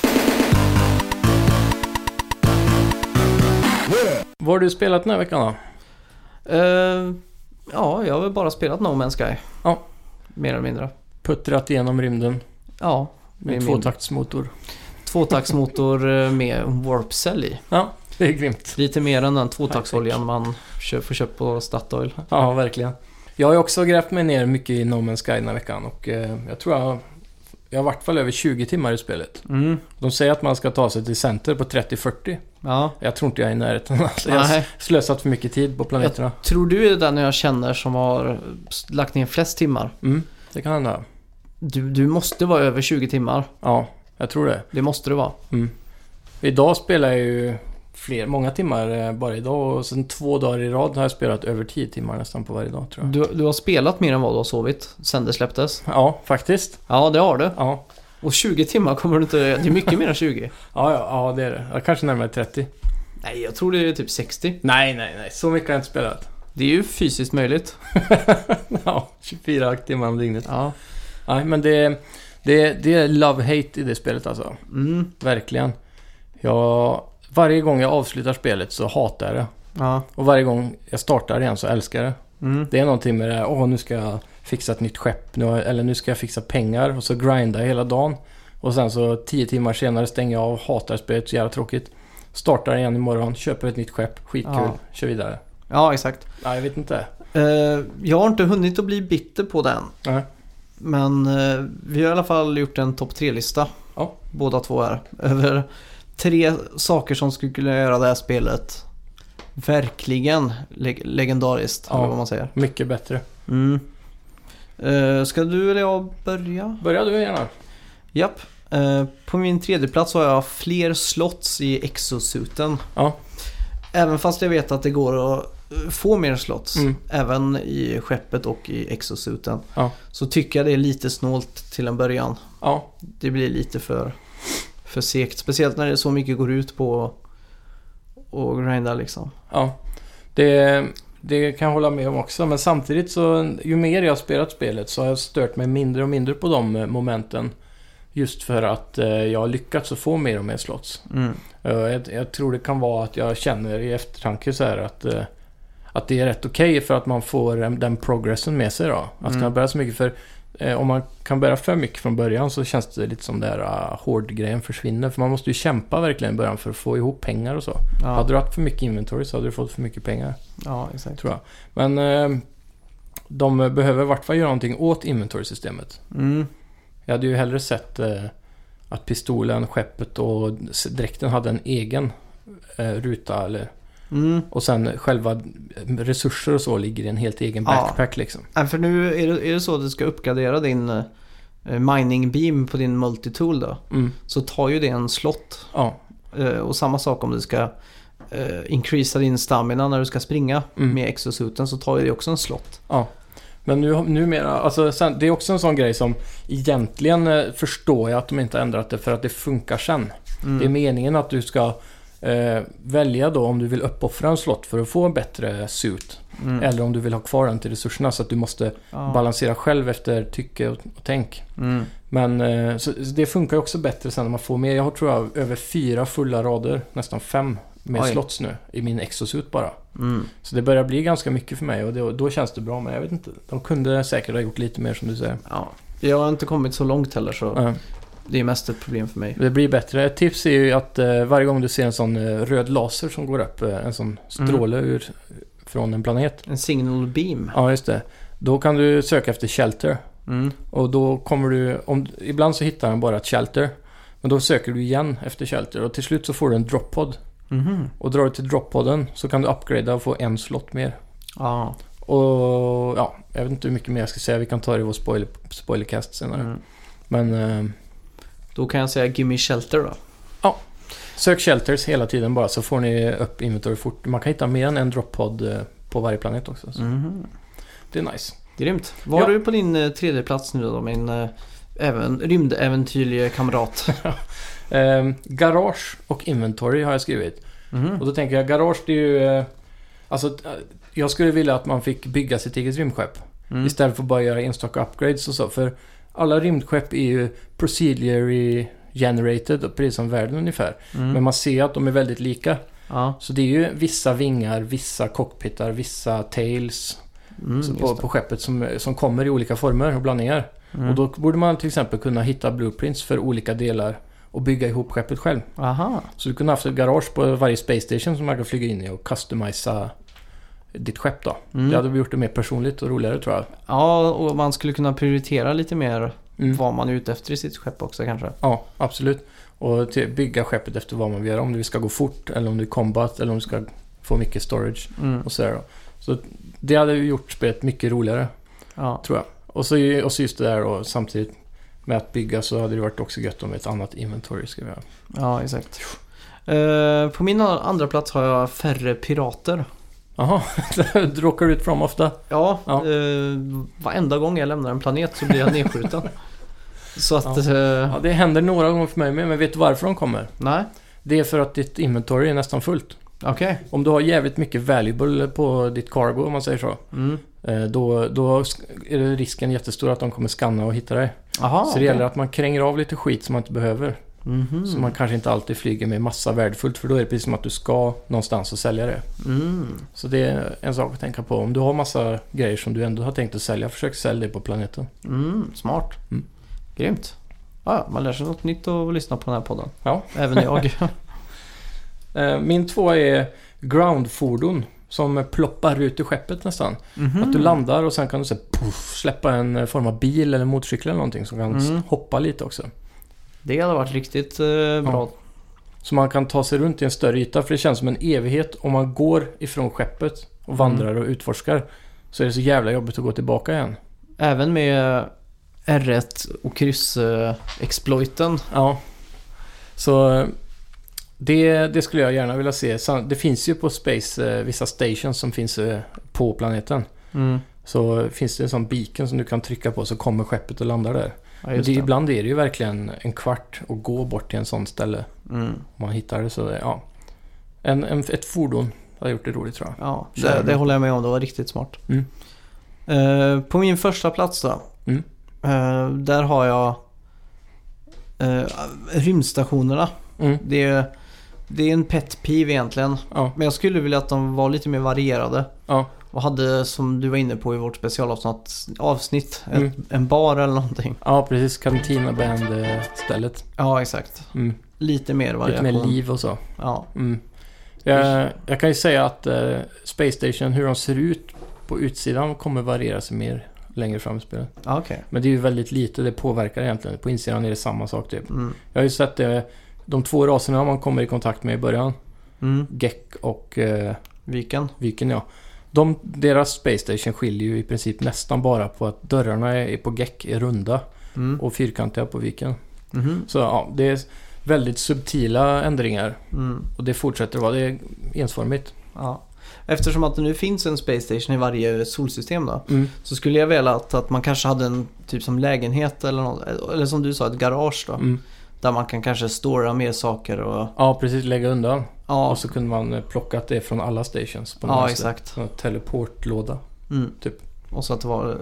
Vad har du spelat den här veckan då? Eh, ja, jag har väl bara spelat No Man's Sky. Ja. Mer eller mindre. Puttrat igenom rymden Ja. med en min tvåtaktsmotor. tvåtaktsmotor eh, med Warp Cell i. Ja, det är grymt. Lite mer än den tvåtaktsoljan man kö- får köpa på Statoil. Ja, verkligen. Jag har ju också grävt mig ner mycket i No Man's Sky den här veckan och eh, jag tror jag, jag har i vart fall över tjugo timmar i spelet. Mm. De säger att man ska ta sig till center på trettio fyrtio. Ja. Jag tror inte jag är i närheten. Alltså, jag har Nej. slösat för mycket tid på planeterna. Tror du är den jag känner som har lagt ner flest timmar? Mm, det kan hända. Du, du måste vara över tjugo timmar. Ja, jag tror det. Det måste du vara. Mm. Idag spelar jag ju fler, många timmar eh, bara idag och sen två dagar i rad har jag spelat över tio timmar nästan på varje dag, tror jag. Du, du har spelat mer än vad du har sovit sen det släpptes. Ja, faktiskt. Ja, det har du. Ja, Och tjugo timmar kommer du inte... Det är mycket mer än tjugo. ja, ja, ja det är det. Jag kanske närmare trettio. Nej, jag tror det är typ sextio. Nej, nej, nej. Så mycket har jag inte spelat. Det är ju fysiskt möjligt. Ja, tjugofyra timmar om dygnet. Ja. Nej, men det, Det är, det är love-hate i det spelet alltså. Mm. Verkligen. Jag, varje gång jag avslutar spelet så hatar jag det. Ja. Och varje gång jag startar igen så älskar jag det. Mm. Det är någonting med det här, åh nu ska jag fixa ett nytt skepp. Nu, eller nu ska jag fixa pengar. Och så grinda hela dagen. Och sen så tio timmar senare stänger jag av, hatar spelet, så jävla tråkigt. Startar igen imorgon, köper ett nytt skepp, skitkul, Ja. kör vidare. Ja, exakt. Nej, jag vet inte. Uh, jag har inte hunnit att bli bitter på den. Nej. Men uh, vi har i alla fall gjort en topp tre-lista. Ja. Båda två här. Över tre saker som skulle kunna göra det här spelet verkligen leg- legendariskt. Ja. Eller vad man säger. Mycket bättre. Mm. Uh, ska du eller jag börja? Börja du gärna. Japp. Uh, på min tredje plats har jag fler slots i exosuiten. Ja. Även fast jag vet att det går att få mer slots, Mm. även i skeppet och i exosuiten, Ja. så tycker jag det är lite snålt till en början. Ja. Det blir lite för, för segt. Speciellt när det så mycket går ut på och grinda liksom. Ja. Det, det kan jag hålla med om också. Men samtidigt så, ju mer jag har spelat spelet så har jag stört mig mindre och mindre på de momenten. Just för att eh, jag har lyckats att få mer och mer slots. Mm. Uh, jag, jag tror det kan vara att jag känner i eftertanke så här att, uh, att det är rätt okej okay för att man får um, den progressen med sig då. Att Mm. kunna börja så mycket för uh, om man kan börja för mycket från början så känns det lite som där uh, hårdgrejen försvinner. För man måste ju kämpa verkligen i början för att få ihop pengar och så. Ja. Hade du haft för mycket inventory så hade du fått för mycket pengar, Ja, exakt. tror jag. Men uh, de behöver i vart fall göra någonting åt inventory-systemet. Mm. Jag hade ju hellre sett uh, att pistolen, skeppet och dräkten hade en egen eh, ruta eller, Mm. och sen själva resurser och så ligger i en helt egen Ja. backpack liksom. Ja, för nu är det, är det så att du ska uppgradera din uh, mining beam på din multitool då, Mm. så tar ju det en slott. Ja. Uh, och samma sak om du ska uh, increasa din stamina när du ska springa Mm. med exosuiten, så tar ju det också en slott. Ja. Men nu, numera, alltså sen, det är också en sån grej som egentligen eh, förstår jag att de inte har ändrat det för att det funkar sen. Mm. Det är meningen att du ska eh, välja då om du vill uppoffra en slott för att få en bättre suit. Mm. Eller om du vill ha kvar den till resurserna så att du måste Ja. balansera själv efter tycke och, och tänk. Mm. Men eh, så, så det funkar ju också bättre sen när man får mer. Jag har tror jag över fyra fulla rader, nästan fem med Oj. slots nu i min exosuit bara. Mm. Så det börjar bli ganska mycket för mig och det, då känns det bra, men jag vet inte. De kunde säkert ha gjort lite mer som du säger. Ja. Jag har inte kommit så långt heller, så Ja. det är mest ett problem för mig. Det blir bättre. Ett tips är ju att eh, varje gång du ser en sån eh, röd laser som går upp, eh, en sån stråle ur, från en planet. En signal beam. Ja, just det. Då kan du söka efter shelter. Mm. Och då kommer du, om, ibland så hittar den bara ett shelter. Men då söker du igen efter shelter och till slut så får du en droppod. Mhm. Och drar du till droppodden så kan du upgrada och få en slott mer. Ja. Och ja, jag vet inte hur mycket mer jag ska säga. Vi kan ta det i vår spoiler, spoilercast senare. Mm. Men eh, Då kan jag säga gimme shelter då. sök shelters hela tiden bara så får ni upp inventory fort. Man kan hitta mer än en droppod eh, på varje planet också. Så Mhm. det är nice. Grymt. Vad Ja. har du på din eh, tredje plats nu då, min eh, även rymdäventyrlige kamrat? Eh, garage och inventory har jag skrivit. Mhm. Och då tänker jag, garage det är ju... Eh, alltså, eh, jag skulle vilja att man fick bygga sitt eget rymdskepp. Mm. Istället för att bara göra enstaka upgrades och så. För alla rymdskepp är ju procedurally generated, precis som världen ungefär. Mm. Men man ser att de är väldigt lika. Ja. Så det är ju vissa vingar, vissa cockpitar, vissa tails Mm, så just på, det. på skeppet som, som kommer i olika former och blandningar. Mm. Och då borde man till exempel kunna hitta blueprints för olika delar och bygga ihop skeppet själv. Aha. Så du kunde haft ett garage på varje space station som man kan flyga in i och customisa ditt skepp då. Mm. Det hade gjort det mer personligt och roligare tror jag. Ja, och man skulle kunna prioritera lite mer Mm. vad man är ute efter i sitt skepp också kanske. Ja, absolut. Och till, bygga skeppet efter vad man vill göra. Om det ska gå fort eller om det är combat eller om det ska få mycket storage Mm. och sådär då. Så det hade ju gjort spelet mycket roligare Ja. tror jag. Och så, och så just det där och samtidigt med att bygga så hade det varit också gött om ett annat inventory ska vi ha. Ja, exakt. Eh, på min andra plats har jag färre pirater. Jaha, du råkar ut för dem ofta. Ja, Ja. Eh, varenda gång jag lämnar en planet så blir jag nedskjuten. Så att... Ja. eh, Ja, det händer några gånger för mig med, men vet du varför de kommer? nej, Det är för att ditt inventory är nästan fullt. okej. Om du har jävligt mycket valuable på ditt cargo om man säger så. Mm. Eh, då, då är det risken jättestor att de kommer skanna och hitta dig. Aha, så det okay. gäller att man kränger av lite skit som man inte behöver. Mm-hmm. Så man kanske inte alltid flyger med massa värdefullt, för då är det precis som att du ska någonstans och sälja det. Mm. Så det är en sak att tänka på. Om du har massa grejer som du ändå har tänkt att sälja, försök sälja det på planeten. Mm, smart. Mm. Grymt. Ja, man lär sig något nytt att lyssna på den här podden. Ja. Även jag. Min två är groundfordon som ploppar ut i skeppet nästan. Mm-hmm. Att du landar och sen kan du så, puff, släppa en form av bil eller motorcykel eller någonting som kan Mm. hoppa lite också. Det hade varit riktigt eh, bra. Ja. Så man kan ta sig runt i en större yta, för det känns som en evighet om man går ifrån skeppet och vandrar och utforskar. Så är det så jävla jobbigt att gå tillbaka igen. Även med R ett och kryss-exploiten. Ja. Så det, det skulle jag gärna vilja se. Det finns ju på Space vissa stations som finns på planeten. Mm. Så finns det en sån beacon som du kan trycka på, så kommer skeppet och landar där. Ja, Men just det, det. ibland är det ju verkligen en kvart att gå bort till en sån ställe. Mm. Om man hittar det, så det, ja. En, en, ett fordon har gjort det roligt, tror jag. Ja, det, det håller jag med om. Det var riktigt smart. Mm. Eh, på min första plats då. Mm. Eh, där har jag eh, rymdstationerna. Mm. Det är, det är en pet peeve egentligen. Ja. Men jag skulle vilja att de var lite mer varierade. Ja. Och hade, som du var inne på i vårt specialavsnitt, avsnitt, Mm. ett, en bar eller någonting. Ja, precis. Cantina Band-stället. Ja, exakt. Mm. Lite mer Lite variation. mer liv och så. Ja. Mm. Jag, jag kan ju säga att uh, Space Station, hur de ser ut på utsidan, kommer variera sig mer längre fram i spelet. Ja, okej. Men det är ju väldigt lite, det påverkar egentligen. På insidan är det samma sak typ. Mm. Jag har ju sett det, de två raserna man kommer i kontakt med i början. Mm. Gek och uh, Viken. Viken, ja. De, deras Space Station skiljer ju i princip nästan bara på att dörrarna är, på Gek är runda Mm. och fyrkantiga på Viken. Mhm. Så ja, det är väldigt subtila ändringar. Mm. Och det fortsätter vara, det är ensformigt. Ja. Eftersom att det nu finns en space station i varje solsystem då, Mm. så skulle jag vilja att, att man kanske hade en typ som lägenhet eller något, eller som du sa, ett garage då. Mm. Där man kan kanske stora mer saker och Ja, precis, lägga undan. ja, Och så kunde man eh, plocka det från alla stations på ja något exakt. sätt. En teleportlåda. Mm. Typ. Och så att det var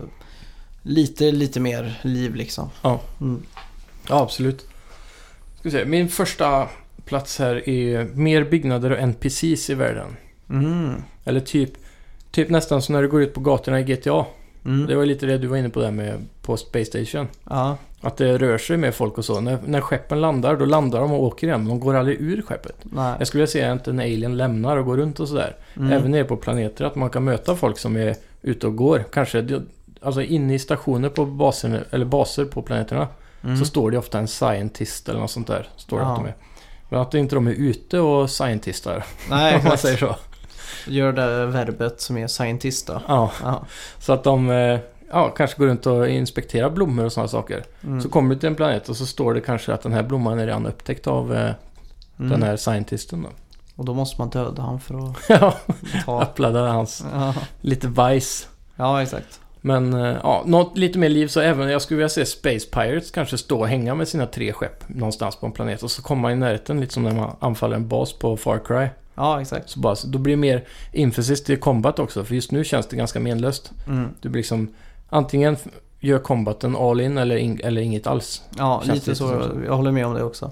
lite, lite mer liv liksom. Ja. Mm. Ja, absolut. Ska vi se. Min första plats här är mer byggnader och N P Cs i världen. Mm. Eller typ, typ nästan som när du går ut på gatorna i G T A. Mm. Det var lite det du var inne på där med på Space Station. Ja. Att det rör sig med folk och så. När, när skeppen landar, då landar de och åker igen. De går aldrig ur skeppet. Nej. Jag skulle vilja se att en alien lämnar och går runt och sådär. Mm. Även nere på planeter, att man kan möta folk som är ute och går. Kanske alltså inne i stationer på baser, eller baser på planeterna. Mm. Så står det ofta en scientist eller något sånt där. Står det Ja. att de är. Men att inte de är ute och scientistar. Nej, om man exakt. säger så. Gör det verbet som är scientist då. Ja. Ja. Så att de eh, ja, kanske går runt och inspekterar blommor och sådana saker. Mm. Så kommer du till en planet och så står det kanske att den här blomman är redan upptäckt av eh, Mm. den här scientisten då. Och då måste man döda han för att Ja, ta... uppladdar hans Ja, lite vice. ja exakt. Men eh, ja, något lite mer liv, så även jag skulle vilja se Space Pirates kanske stå och hänga med sina tre skepp någonstans på en planet och så kommer man i närheten lite som när man anfaller en bas på Far Cry. Ja, exakt. Så bara, så då blir det mer emphasis till combat också, för just nu känns det ganska menlöst. Mm. Du blir liksom antingen f- gör combaten all in eller, in, eller inget alls. Ja, Känns lite lite så. som Jag håller med om det också.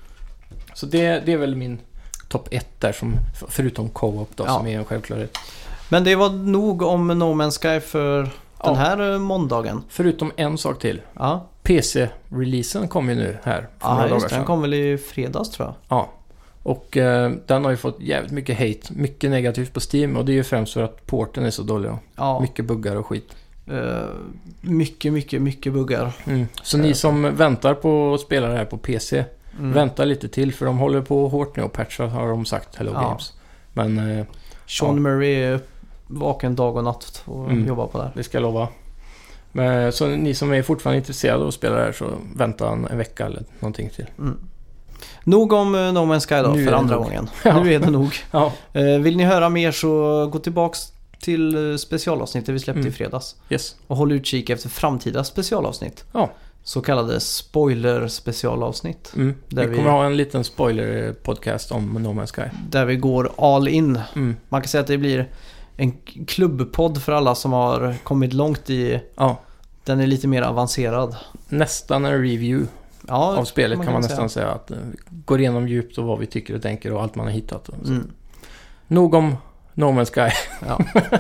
Så det, det är väl min topp ett där, som, förutom co-op då, Ja. som är en självklarhet. Men det var nog om No Man's Sky för Ja. den här eh, måndagen. Förutom en sak till. Ja, P C-releasen kom ju nu här för ja några dagar just det. sedan. Den kom väl i fredags tror jag. Ja. Och eh, den har ju fått jävligt mycket hate, mycket negativt på Steam, och det är ju främst för att porten är så dålig då. Ja, Mycket buggar och skit. eh, mycket, mycket, mycket buggar. Mm. Så ni som väntar på att spela det här på P C, Mm. vänta lite till, för de håller på hårt nu och patchar, har de sagt, Hello Ja. Games. Men eh, Sean Ja. Murray är vaken dag och natt och Mm. jobbar på det här. det ska jag lova. Men, så ni som är fortfarande intresserade av att spela det här, så vänta en, en vecka eller någonting till. Mm. Nog om eh, No Man's Sky då, Nu är för det andra nog. gången. Ja. Nu är det nog. Ja, Eh, vill ni höra mer så gå tillbaks till eh, specialavsnittet vi släppte Mm. i fredags. yes. Och håll utkik efter framtida specialavsnitt. Ja. Så kallade spoiler-specialavsnitt. Mm. Där vi vi- kommer ha en liten spoiler-podcast om No Man's Sky. Där vi går all in. Mm. Man kan säga att det blir en klubbpodd för alla som har kommit långt i... Ja. Den är lite mer avancerad. Nästan en review ja, av spelet kan man, kan nästan säga. säga. Att uh, går igenom djupt och vad vi tycker och tänker och allt man har hittat. Och så. Mm. Nog om No Man's Sky. Ja.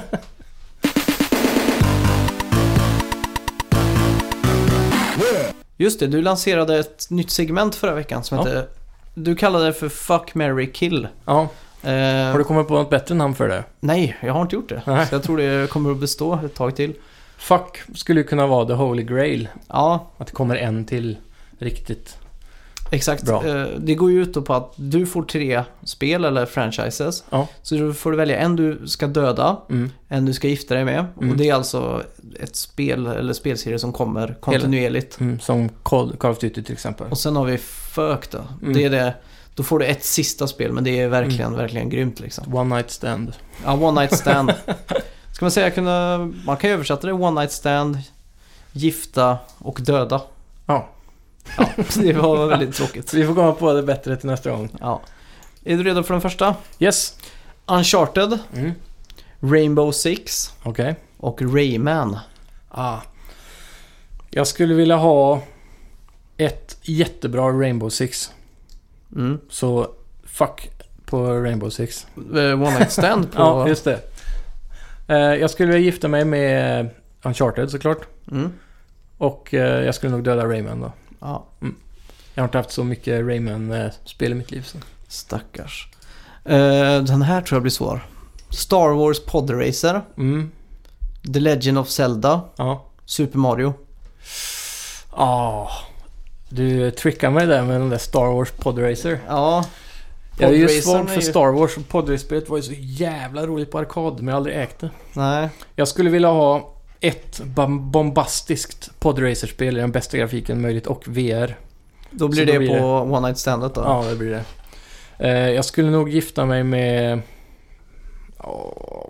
Just det, du lanserade ett nytt segment förra veckan som ja. heter... Du kallade det för Fuck, Marry, Kill. Ja. Eh, har du kommit på något bättre namn för det? Nej, jag har inte gjort det. Nej. Så jag tror det kommer att bestå ett tag till. Fuck skulle ju kunna vara the holy grail. Ja, Att det kommer en till riktigt exakt. bra. Eh, det går ju ut då på att du får tre spel eller franchises. Ja. Så då får du välja en du ska döda, Mm. en du ska gifta dig med. Mm. Och det är alltså ett spel eller spelserie som kommer kontinuerligt. Mm, som Call, Call of Duty till exempel. Och sen har vi Fuck då. Mm. Det är det, då får du ett sista spel, men det är verkligen, verkligen grymt liksom. One Night Stand. Ja, One Night Stand. Ska man säga, kunna, man kan ju översätta det One Night Stand, gifta och döda. Ja. Ja, det var väldigt tråkigt. Så vi får komma på det bättre till nästa gång. Ja. Är du redo för den första? Yes. Uncharted, Mm. Rainbow Six Okej. Okay. och Rayman. Ah. Jag skulle vilja ha ett jättebra Rainbow Six. Mm. Så fuck på Rainbow Six. Uh, One Night Stand på... Ja, just det. Uh, jag skulle vilja gifta mig med Uncharted såklart. Mm. Och uh, jag skulle nog döda Rayman då. Ja. Mm. Jag har inte haft så mycket Rayman-spel i mitt liv. Så. Stackars. Uh, den här tror jag blir svår. Star Wars Podracer, Mm. The Legend of Zelda, Ja. Super Mario. Ah, du trickar mig där med den där Star Wars Podracer. Ja. Jag är ju Podracern svag för är ju- Star Wars och Podracer-spelet var ju så jävla roligt på arkad, men jag har aldrig ägt det. Nej. Jag skulle vilja ha ett bom- bombastiskt Podracer-spel i den bästa grafiken möjligt och V R. Då blir Så då det blir på det- One Night Standet då. Ja, det blir det. Eh, jag skulle nog gifta mig med... Åh.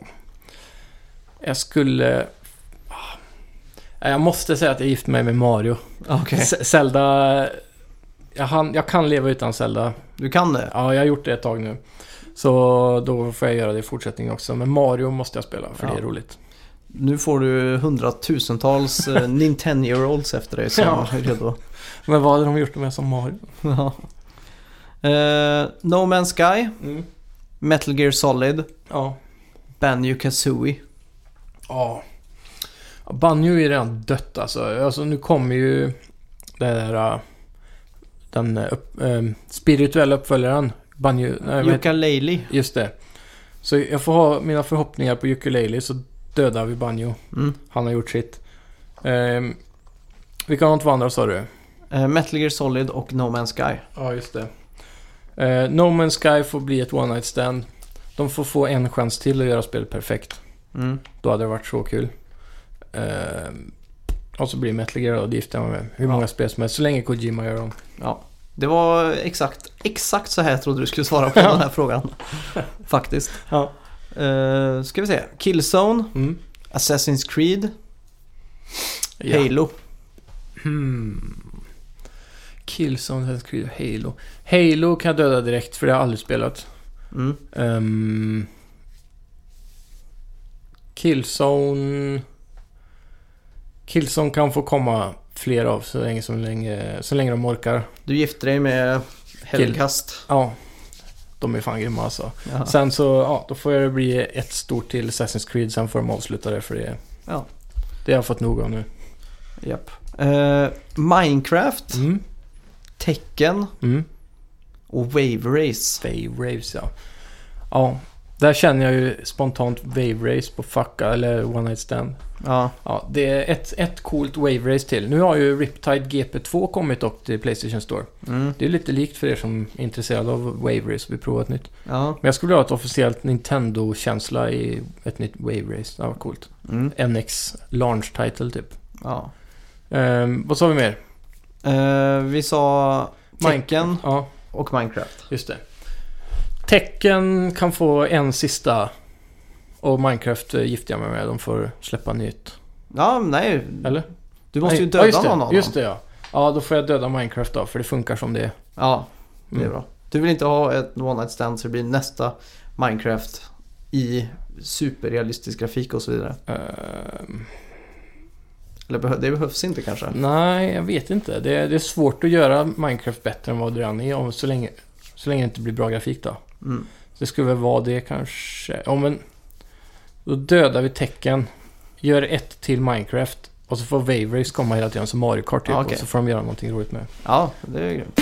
Jag skulle... Ah. Jag måste säga att jag gift mig med Mario. Okej. Z- Zelda... Jag, han, jag kan leva utan Zelda. Du kan det? Ja, jag har gjort det ett tag nu. Så då får jag göra det i fortsättningen också. Men Mario måste jag spela, för Ja. det är roligt. Nu får du hundratusentals eh, Nintendo-year-olds efter dig som Ja. är redo. Men vad hade de gjort med som Mario? Ja. Eh, No Man's Sky, Mm. Metal Gear Solid, Ja. Banjo-Kazooie. Ja. Banjo är redan dött alltså. Alltså nu kommer ju det där... äh, Den äh, upp, äh, spirituella uppföljaren. Banjo... Nej, vad heter- Yooka-Laylee. Just det. Så jag får ha mina förhoppningar på Yooka-Laylee, så dödar vi Banjo. Mm. Han har gjort sitt. Ehm, vilka av de två andra sa du? Eh, Metal Gear Solid och No Man's Sky. Ja, just det. Eh, No Man's Sky får bli ett one night stand. De får få en chans till att göra spelet perfekt. Mm. Då hade det varit så kul. Eh, och så blir det Metal Gear och det gifter jag mig med. Hur många spel som helst, så länge Kojima gör dem. Ja. Det var exakt, exakt så här jag trodde du skulle svara på den här frågan. Faktiskt. Ja. Eh, ska vi se. Killzone, Mm. Assassin's Creed, Ja. Halo. Hmm. Killzone, Assassin's Creed och Halo. Halo kan jag döda direkt, för det har jag aldrig spelat. Mm. Um, Killzone... Killzone kan få komma fler av så länge, så länge, så länge de orkar. Du gifter dig med Hellcast. Ja, de är fan grymma alltså. Jaha. Sen så, ja, då får det bli ett stort till Assassin's Creed, sen får de avsluta det, för det, Ja. det har jag fått nog av nu. Japp. Eh, Minecraft, Mm. Tekken Mm. och Wave Race. Wave Race, ja. Ja, där känner jag ju spontant Wave Race på Fucka eller One Night Stand. Ja. Ja, det är ett, ett coolt Wave Race till. Nu har ju Riptide G P två kommit upp till PlayStation Store. Mm. Det är lite likt för er som är intresserade av Wave Race. Vi provar ett nytt. Ja. Men jag skulle ha ett officiellt Nintendo-känsla i ett nytt Wave Race. Det var coolt. Mm. N X launch title typ. Ja. Ehm, vad sa vi mer? Eh, vi sa Tekken Minecraft. Ja, och Minecraft. just det. Tekken kan få en sista. Och Minecraft eh, gifter jag mig med. De får släppa nytt. Ja, nej. Eller? Du måste Nej. ju döda ja, just det. någon av Just dem. det, ja. Ja, då får jag döda Minecraft då. För det funkar som det är. Ja, det är Mm. bra. Du vill inte ha ett one night stand så det blir nästa Minecraft i superrealistisk grafik och så vidare? Uh, Eller behö- det behövs inte kanske? nej, jag vet inte. Det är, det är svårt att göra Minecraft bättre än vad det redan är, om så länge, så länge det inte blir bra grafik då. Mm. Det skulle väl vara det kanske. Ja, men då dödar vi tecken, gör ett till Minecraft och så får Wave Race komma hela tiden som Mario Kart typ, Ah, okay. och så får de göra någonting roligt med. Ja, det är grymt.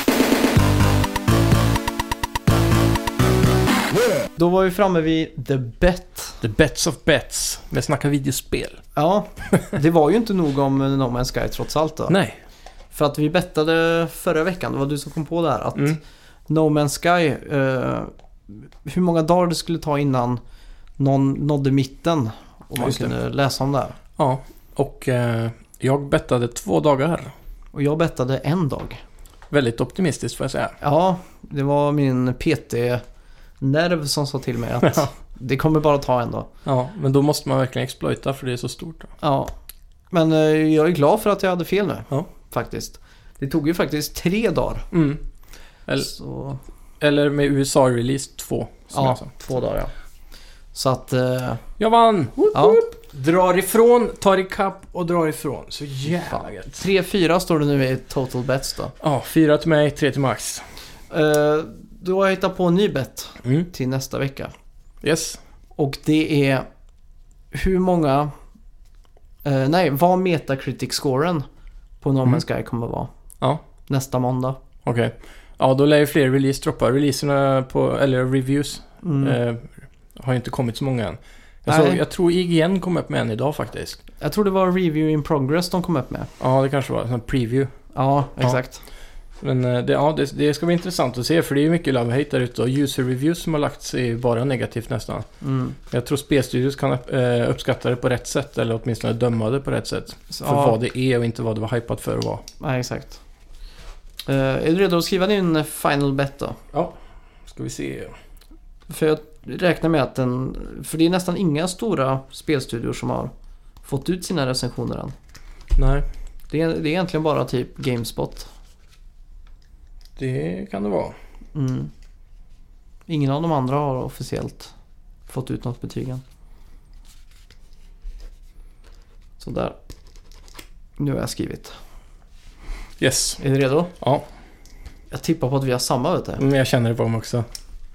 Då var vi framme vid The Bet. The Bets of Bets med snacka videospel. Ja, det var ju inte nog om No Man's Sky trots allt då. Nej. För att vi bettade förra veckan, det var du som kom på det här, att Mm. No Man's Sky, eh, hur många dagar det skulle ta innan någon nådde mitten och man Just det. kunde läsa om det här. Ja, och eh, jag bettade två dagar. Och jag bettade en dag. Väldigt optimistiskt får jag säga. Ja, det var min P T-nerv som sa till mig att det kommer bara ta en dag. Ja, men då måste man verkligen exploita för det är så stort. Då. Ja, men eh, jag är glad för att jag hade fel nu. Ja. Faktiskt. Det tog ju faktiskt tre dagar. Mm. Eller, Så, eller med U S A-release två. som ja, jag sa. två dagar ja. Så att, eh, Jag vann! ja. Drar ifrån, tar ikapp och drar ifrån. Så jävla gött. tre fyra står det nu i total bets då. Ja, fyra till mig, tre till Max. Eh, du har hittat på en ny bet Mm. till nästa vecka. Yes. Och det är hur många... Eh, nej, vad Metacritic-scoren på No Man's Sky kommer vara. Ja. Nästa måndag. Okej. Ja, då lär ju fler release droppa. Releaserna på, eller reviews, Mm. eh, har ju inte kommit så många än. Jag, Nej. såg, jag tror I G N kom upp med en idag faktiskt. Jag tror det var review in progress de kom upp med. Ja, det kanske var en preview. Ja, Ja. exakt. Men eh, det, ja, det, det ska bli intressant att se, för det är ju mycket love-hate där ute och user reviews som har lagts är ju bara negativt nästan. Mm. Jag tror spelstudios kan eh, uppskatta det på rätt sätt eller åtminstone döma det på rätt sätt. Så, För ja, vad det är och inte vad det var hypat för att vara. nej, exakt. Eh, är du redo att skriva din final bet då? Ja, ska vi se. För jag räknar med att den... För det är nästan inga stora spelstudior som har fått ut sina recensioner än. Nej, Det är, det är egentligen bara typ GameSpot. det kan det vara. Mm. Ingen av de andra har officiellt fått ut något betyg än. Så där. Nu har jag skrivit. Yes. Är du redo? Ja, Jag tippar på att vi har samma, vet du. men jag känner det på mig också.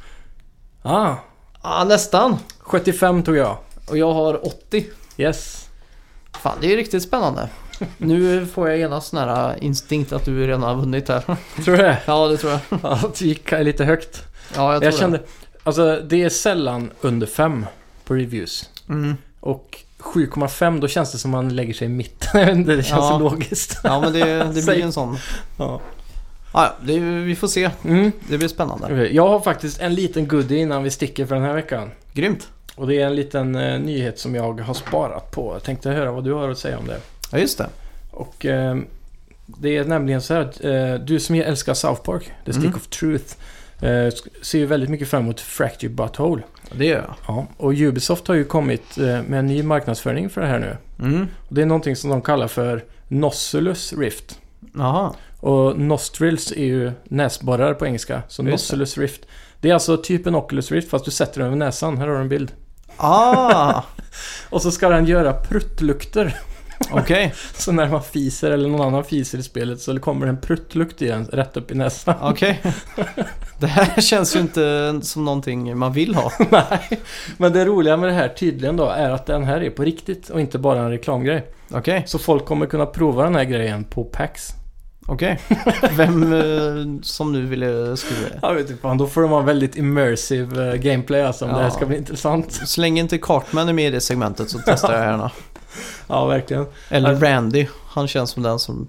Ah, Ah, nästan. sjuttiofem tog jag. Och jag har åttio. Yes. Fan, det är riktigt spännande. Nu får jag genast sån här instinkt att du redan har vunnit här. Tror du det? Ja, det tror jag. Ja, det gick lite högt. Ja, jag tror Jag kände, det. alltså det är sällan under fem på reviews. Mm. Och sju komma fem, då känns det som man lägger sig i mitten. Jag vet inte, det känns Ja. så logiskt. Ja, men det, det blir Säg. en sån. Ja. Ja, det, vi får se. Mm. Det blir spännande. Okej, jag har faktiskt en liten goodie innan vi sticker för den här veckan. Grymt. Och det är en liten eh, nyhet som jag har sparat på. Jag tänkte höra vad du har att säga om det. Ja, just det. Och eh, det är nämligen så här att eh, du som älskar South Park, The Stick Mm. of Truth, eh, ser ju väldigt mycket fram emot Fractured Butthole. Det gör jag. Ja, och Ubisoft har ju kommit eh, med en ny marknadsföring för det här nu. Mm. Och det är någonting som de kallar för Nossulus Rift. Jaha. Och nostrils är ju näsborrar på engelska. Så Just det. Nossulus Rift. Det är alltså typ en Oculus Rift fast du sätter den över näsan. Här har du en bild. Ah, Och så ska den göra pruttlukter. okej. Så när man fiser eller någon annan fiser i spelet så kommer det en pruttlukt i den rätt upp i näsan. Okej. Det här känns ju inte som någonting man vill ha. Nej, men det roliga med det här tydligen då är att den här är på riktigt och inte bara en reklamgrej. Okej. Så folk kommer kunna prova den här grejen på PAX. Okej. Vem eh, som nu ville skriva det. Jag vet inte fan, då får de ha väldigt immersive uh, gameplay alltså, om Ja. det här ska bli intressant. Så länge inte Cartman är med i det segmentet så testar jag gärna. Ja, verkligen. Eller Alltså- Randy. Han känns som den som...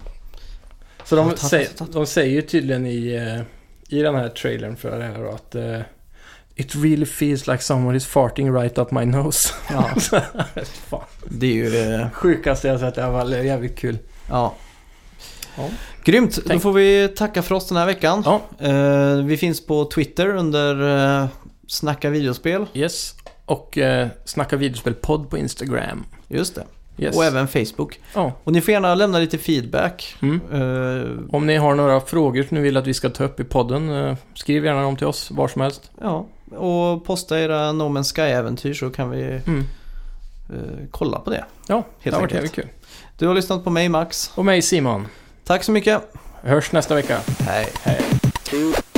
Så de, Ja, ta- säger, ta- ta- de säger ju tydligen i, eh, i den här trailern för det här då att eh, it really feels like someone is farting right up my nose. Ja, Fan. det är ju... Eh, Sjukaste jag sett, det var jävligt kul. ja. Ja. Grymt. Då Tänk- får vi tacka för oss den här veckan. Ja. Eh, vi finns på Twitter under eh, Snacka videospel. Yes. Och eh, Snacka videospel podd på Instagram. Just det. Yes. Och även Facebook. Ja. Och ni får gärna lämna lite feedback. Mm. Uh, Om ni har några frågor som ni vill att vi ska ta upp i podden, uh, skriv gärna dem till oss var som helst. Ja, och posta era No Man's Sky-äventyr så kan vi Mm. uh, kolla på det. Ja, Helt det har varit enkelt. kul. Du har lyssnat på mig, Max. Och mig, Simon. Tack så mycket. Hörs nästa vecka. Hej. Hej.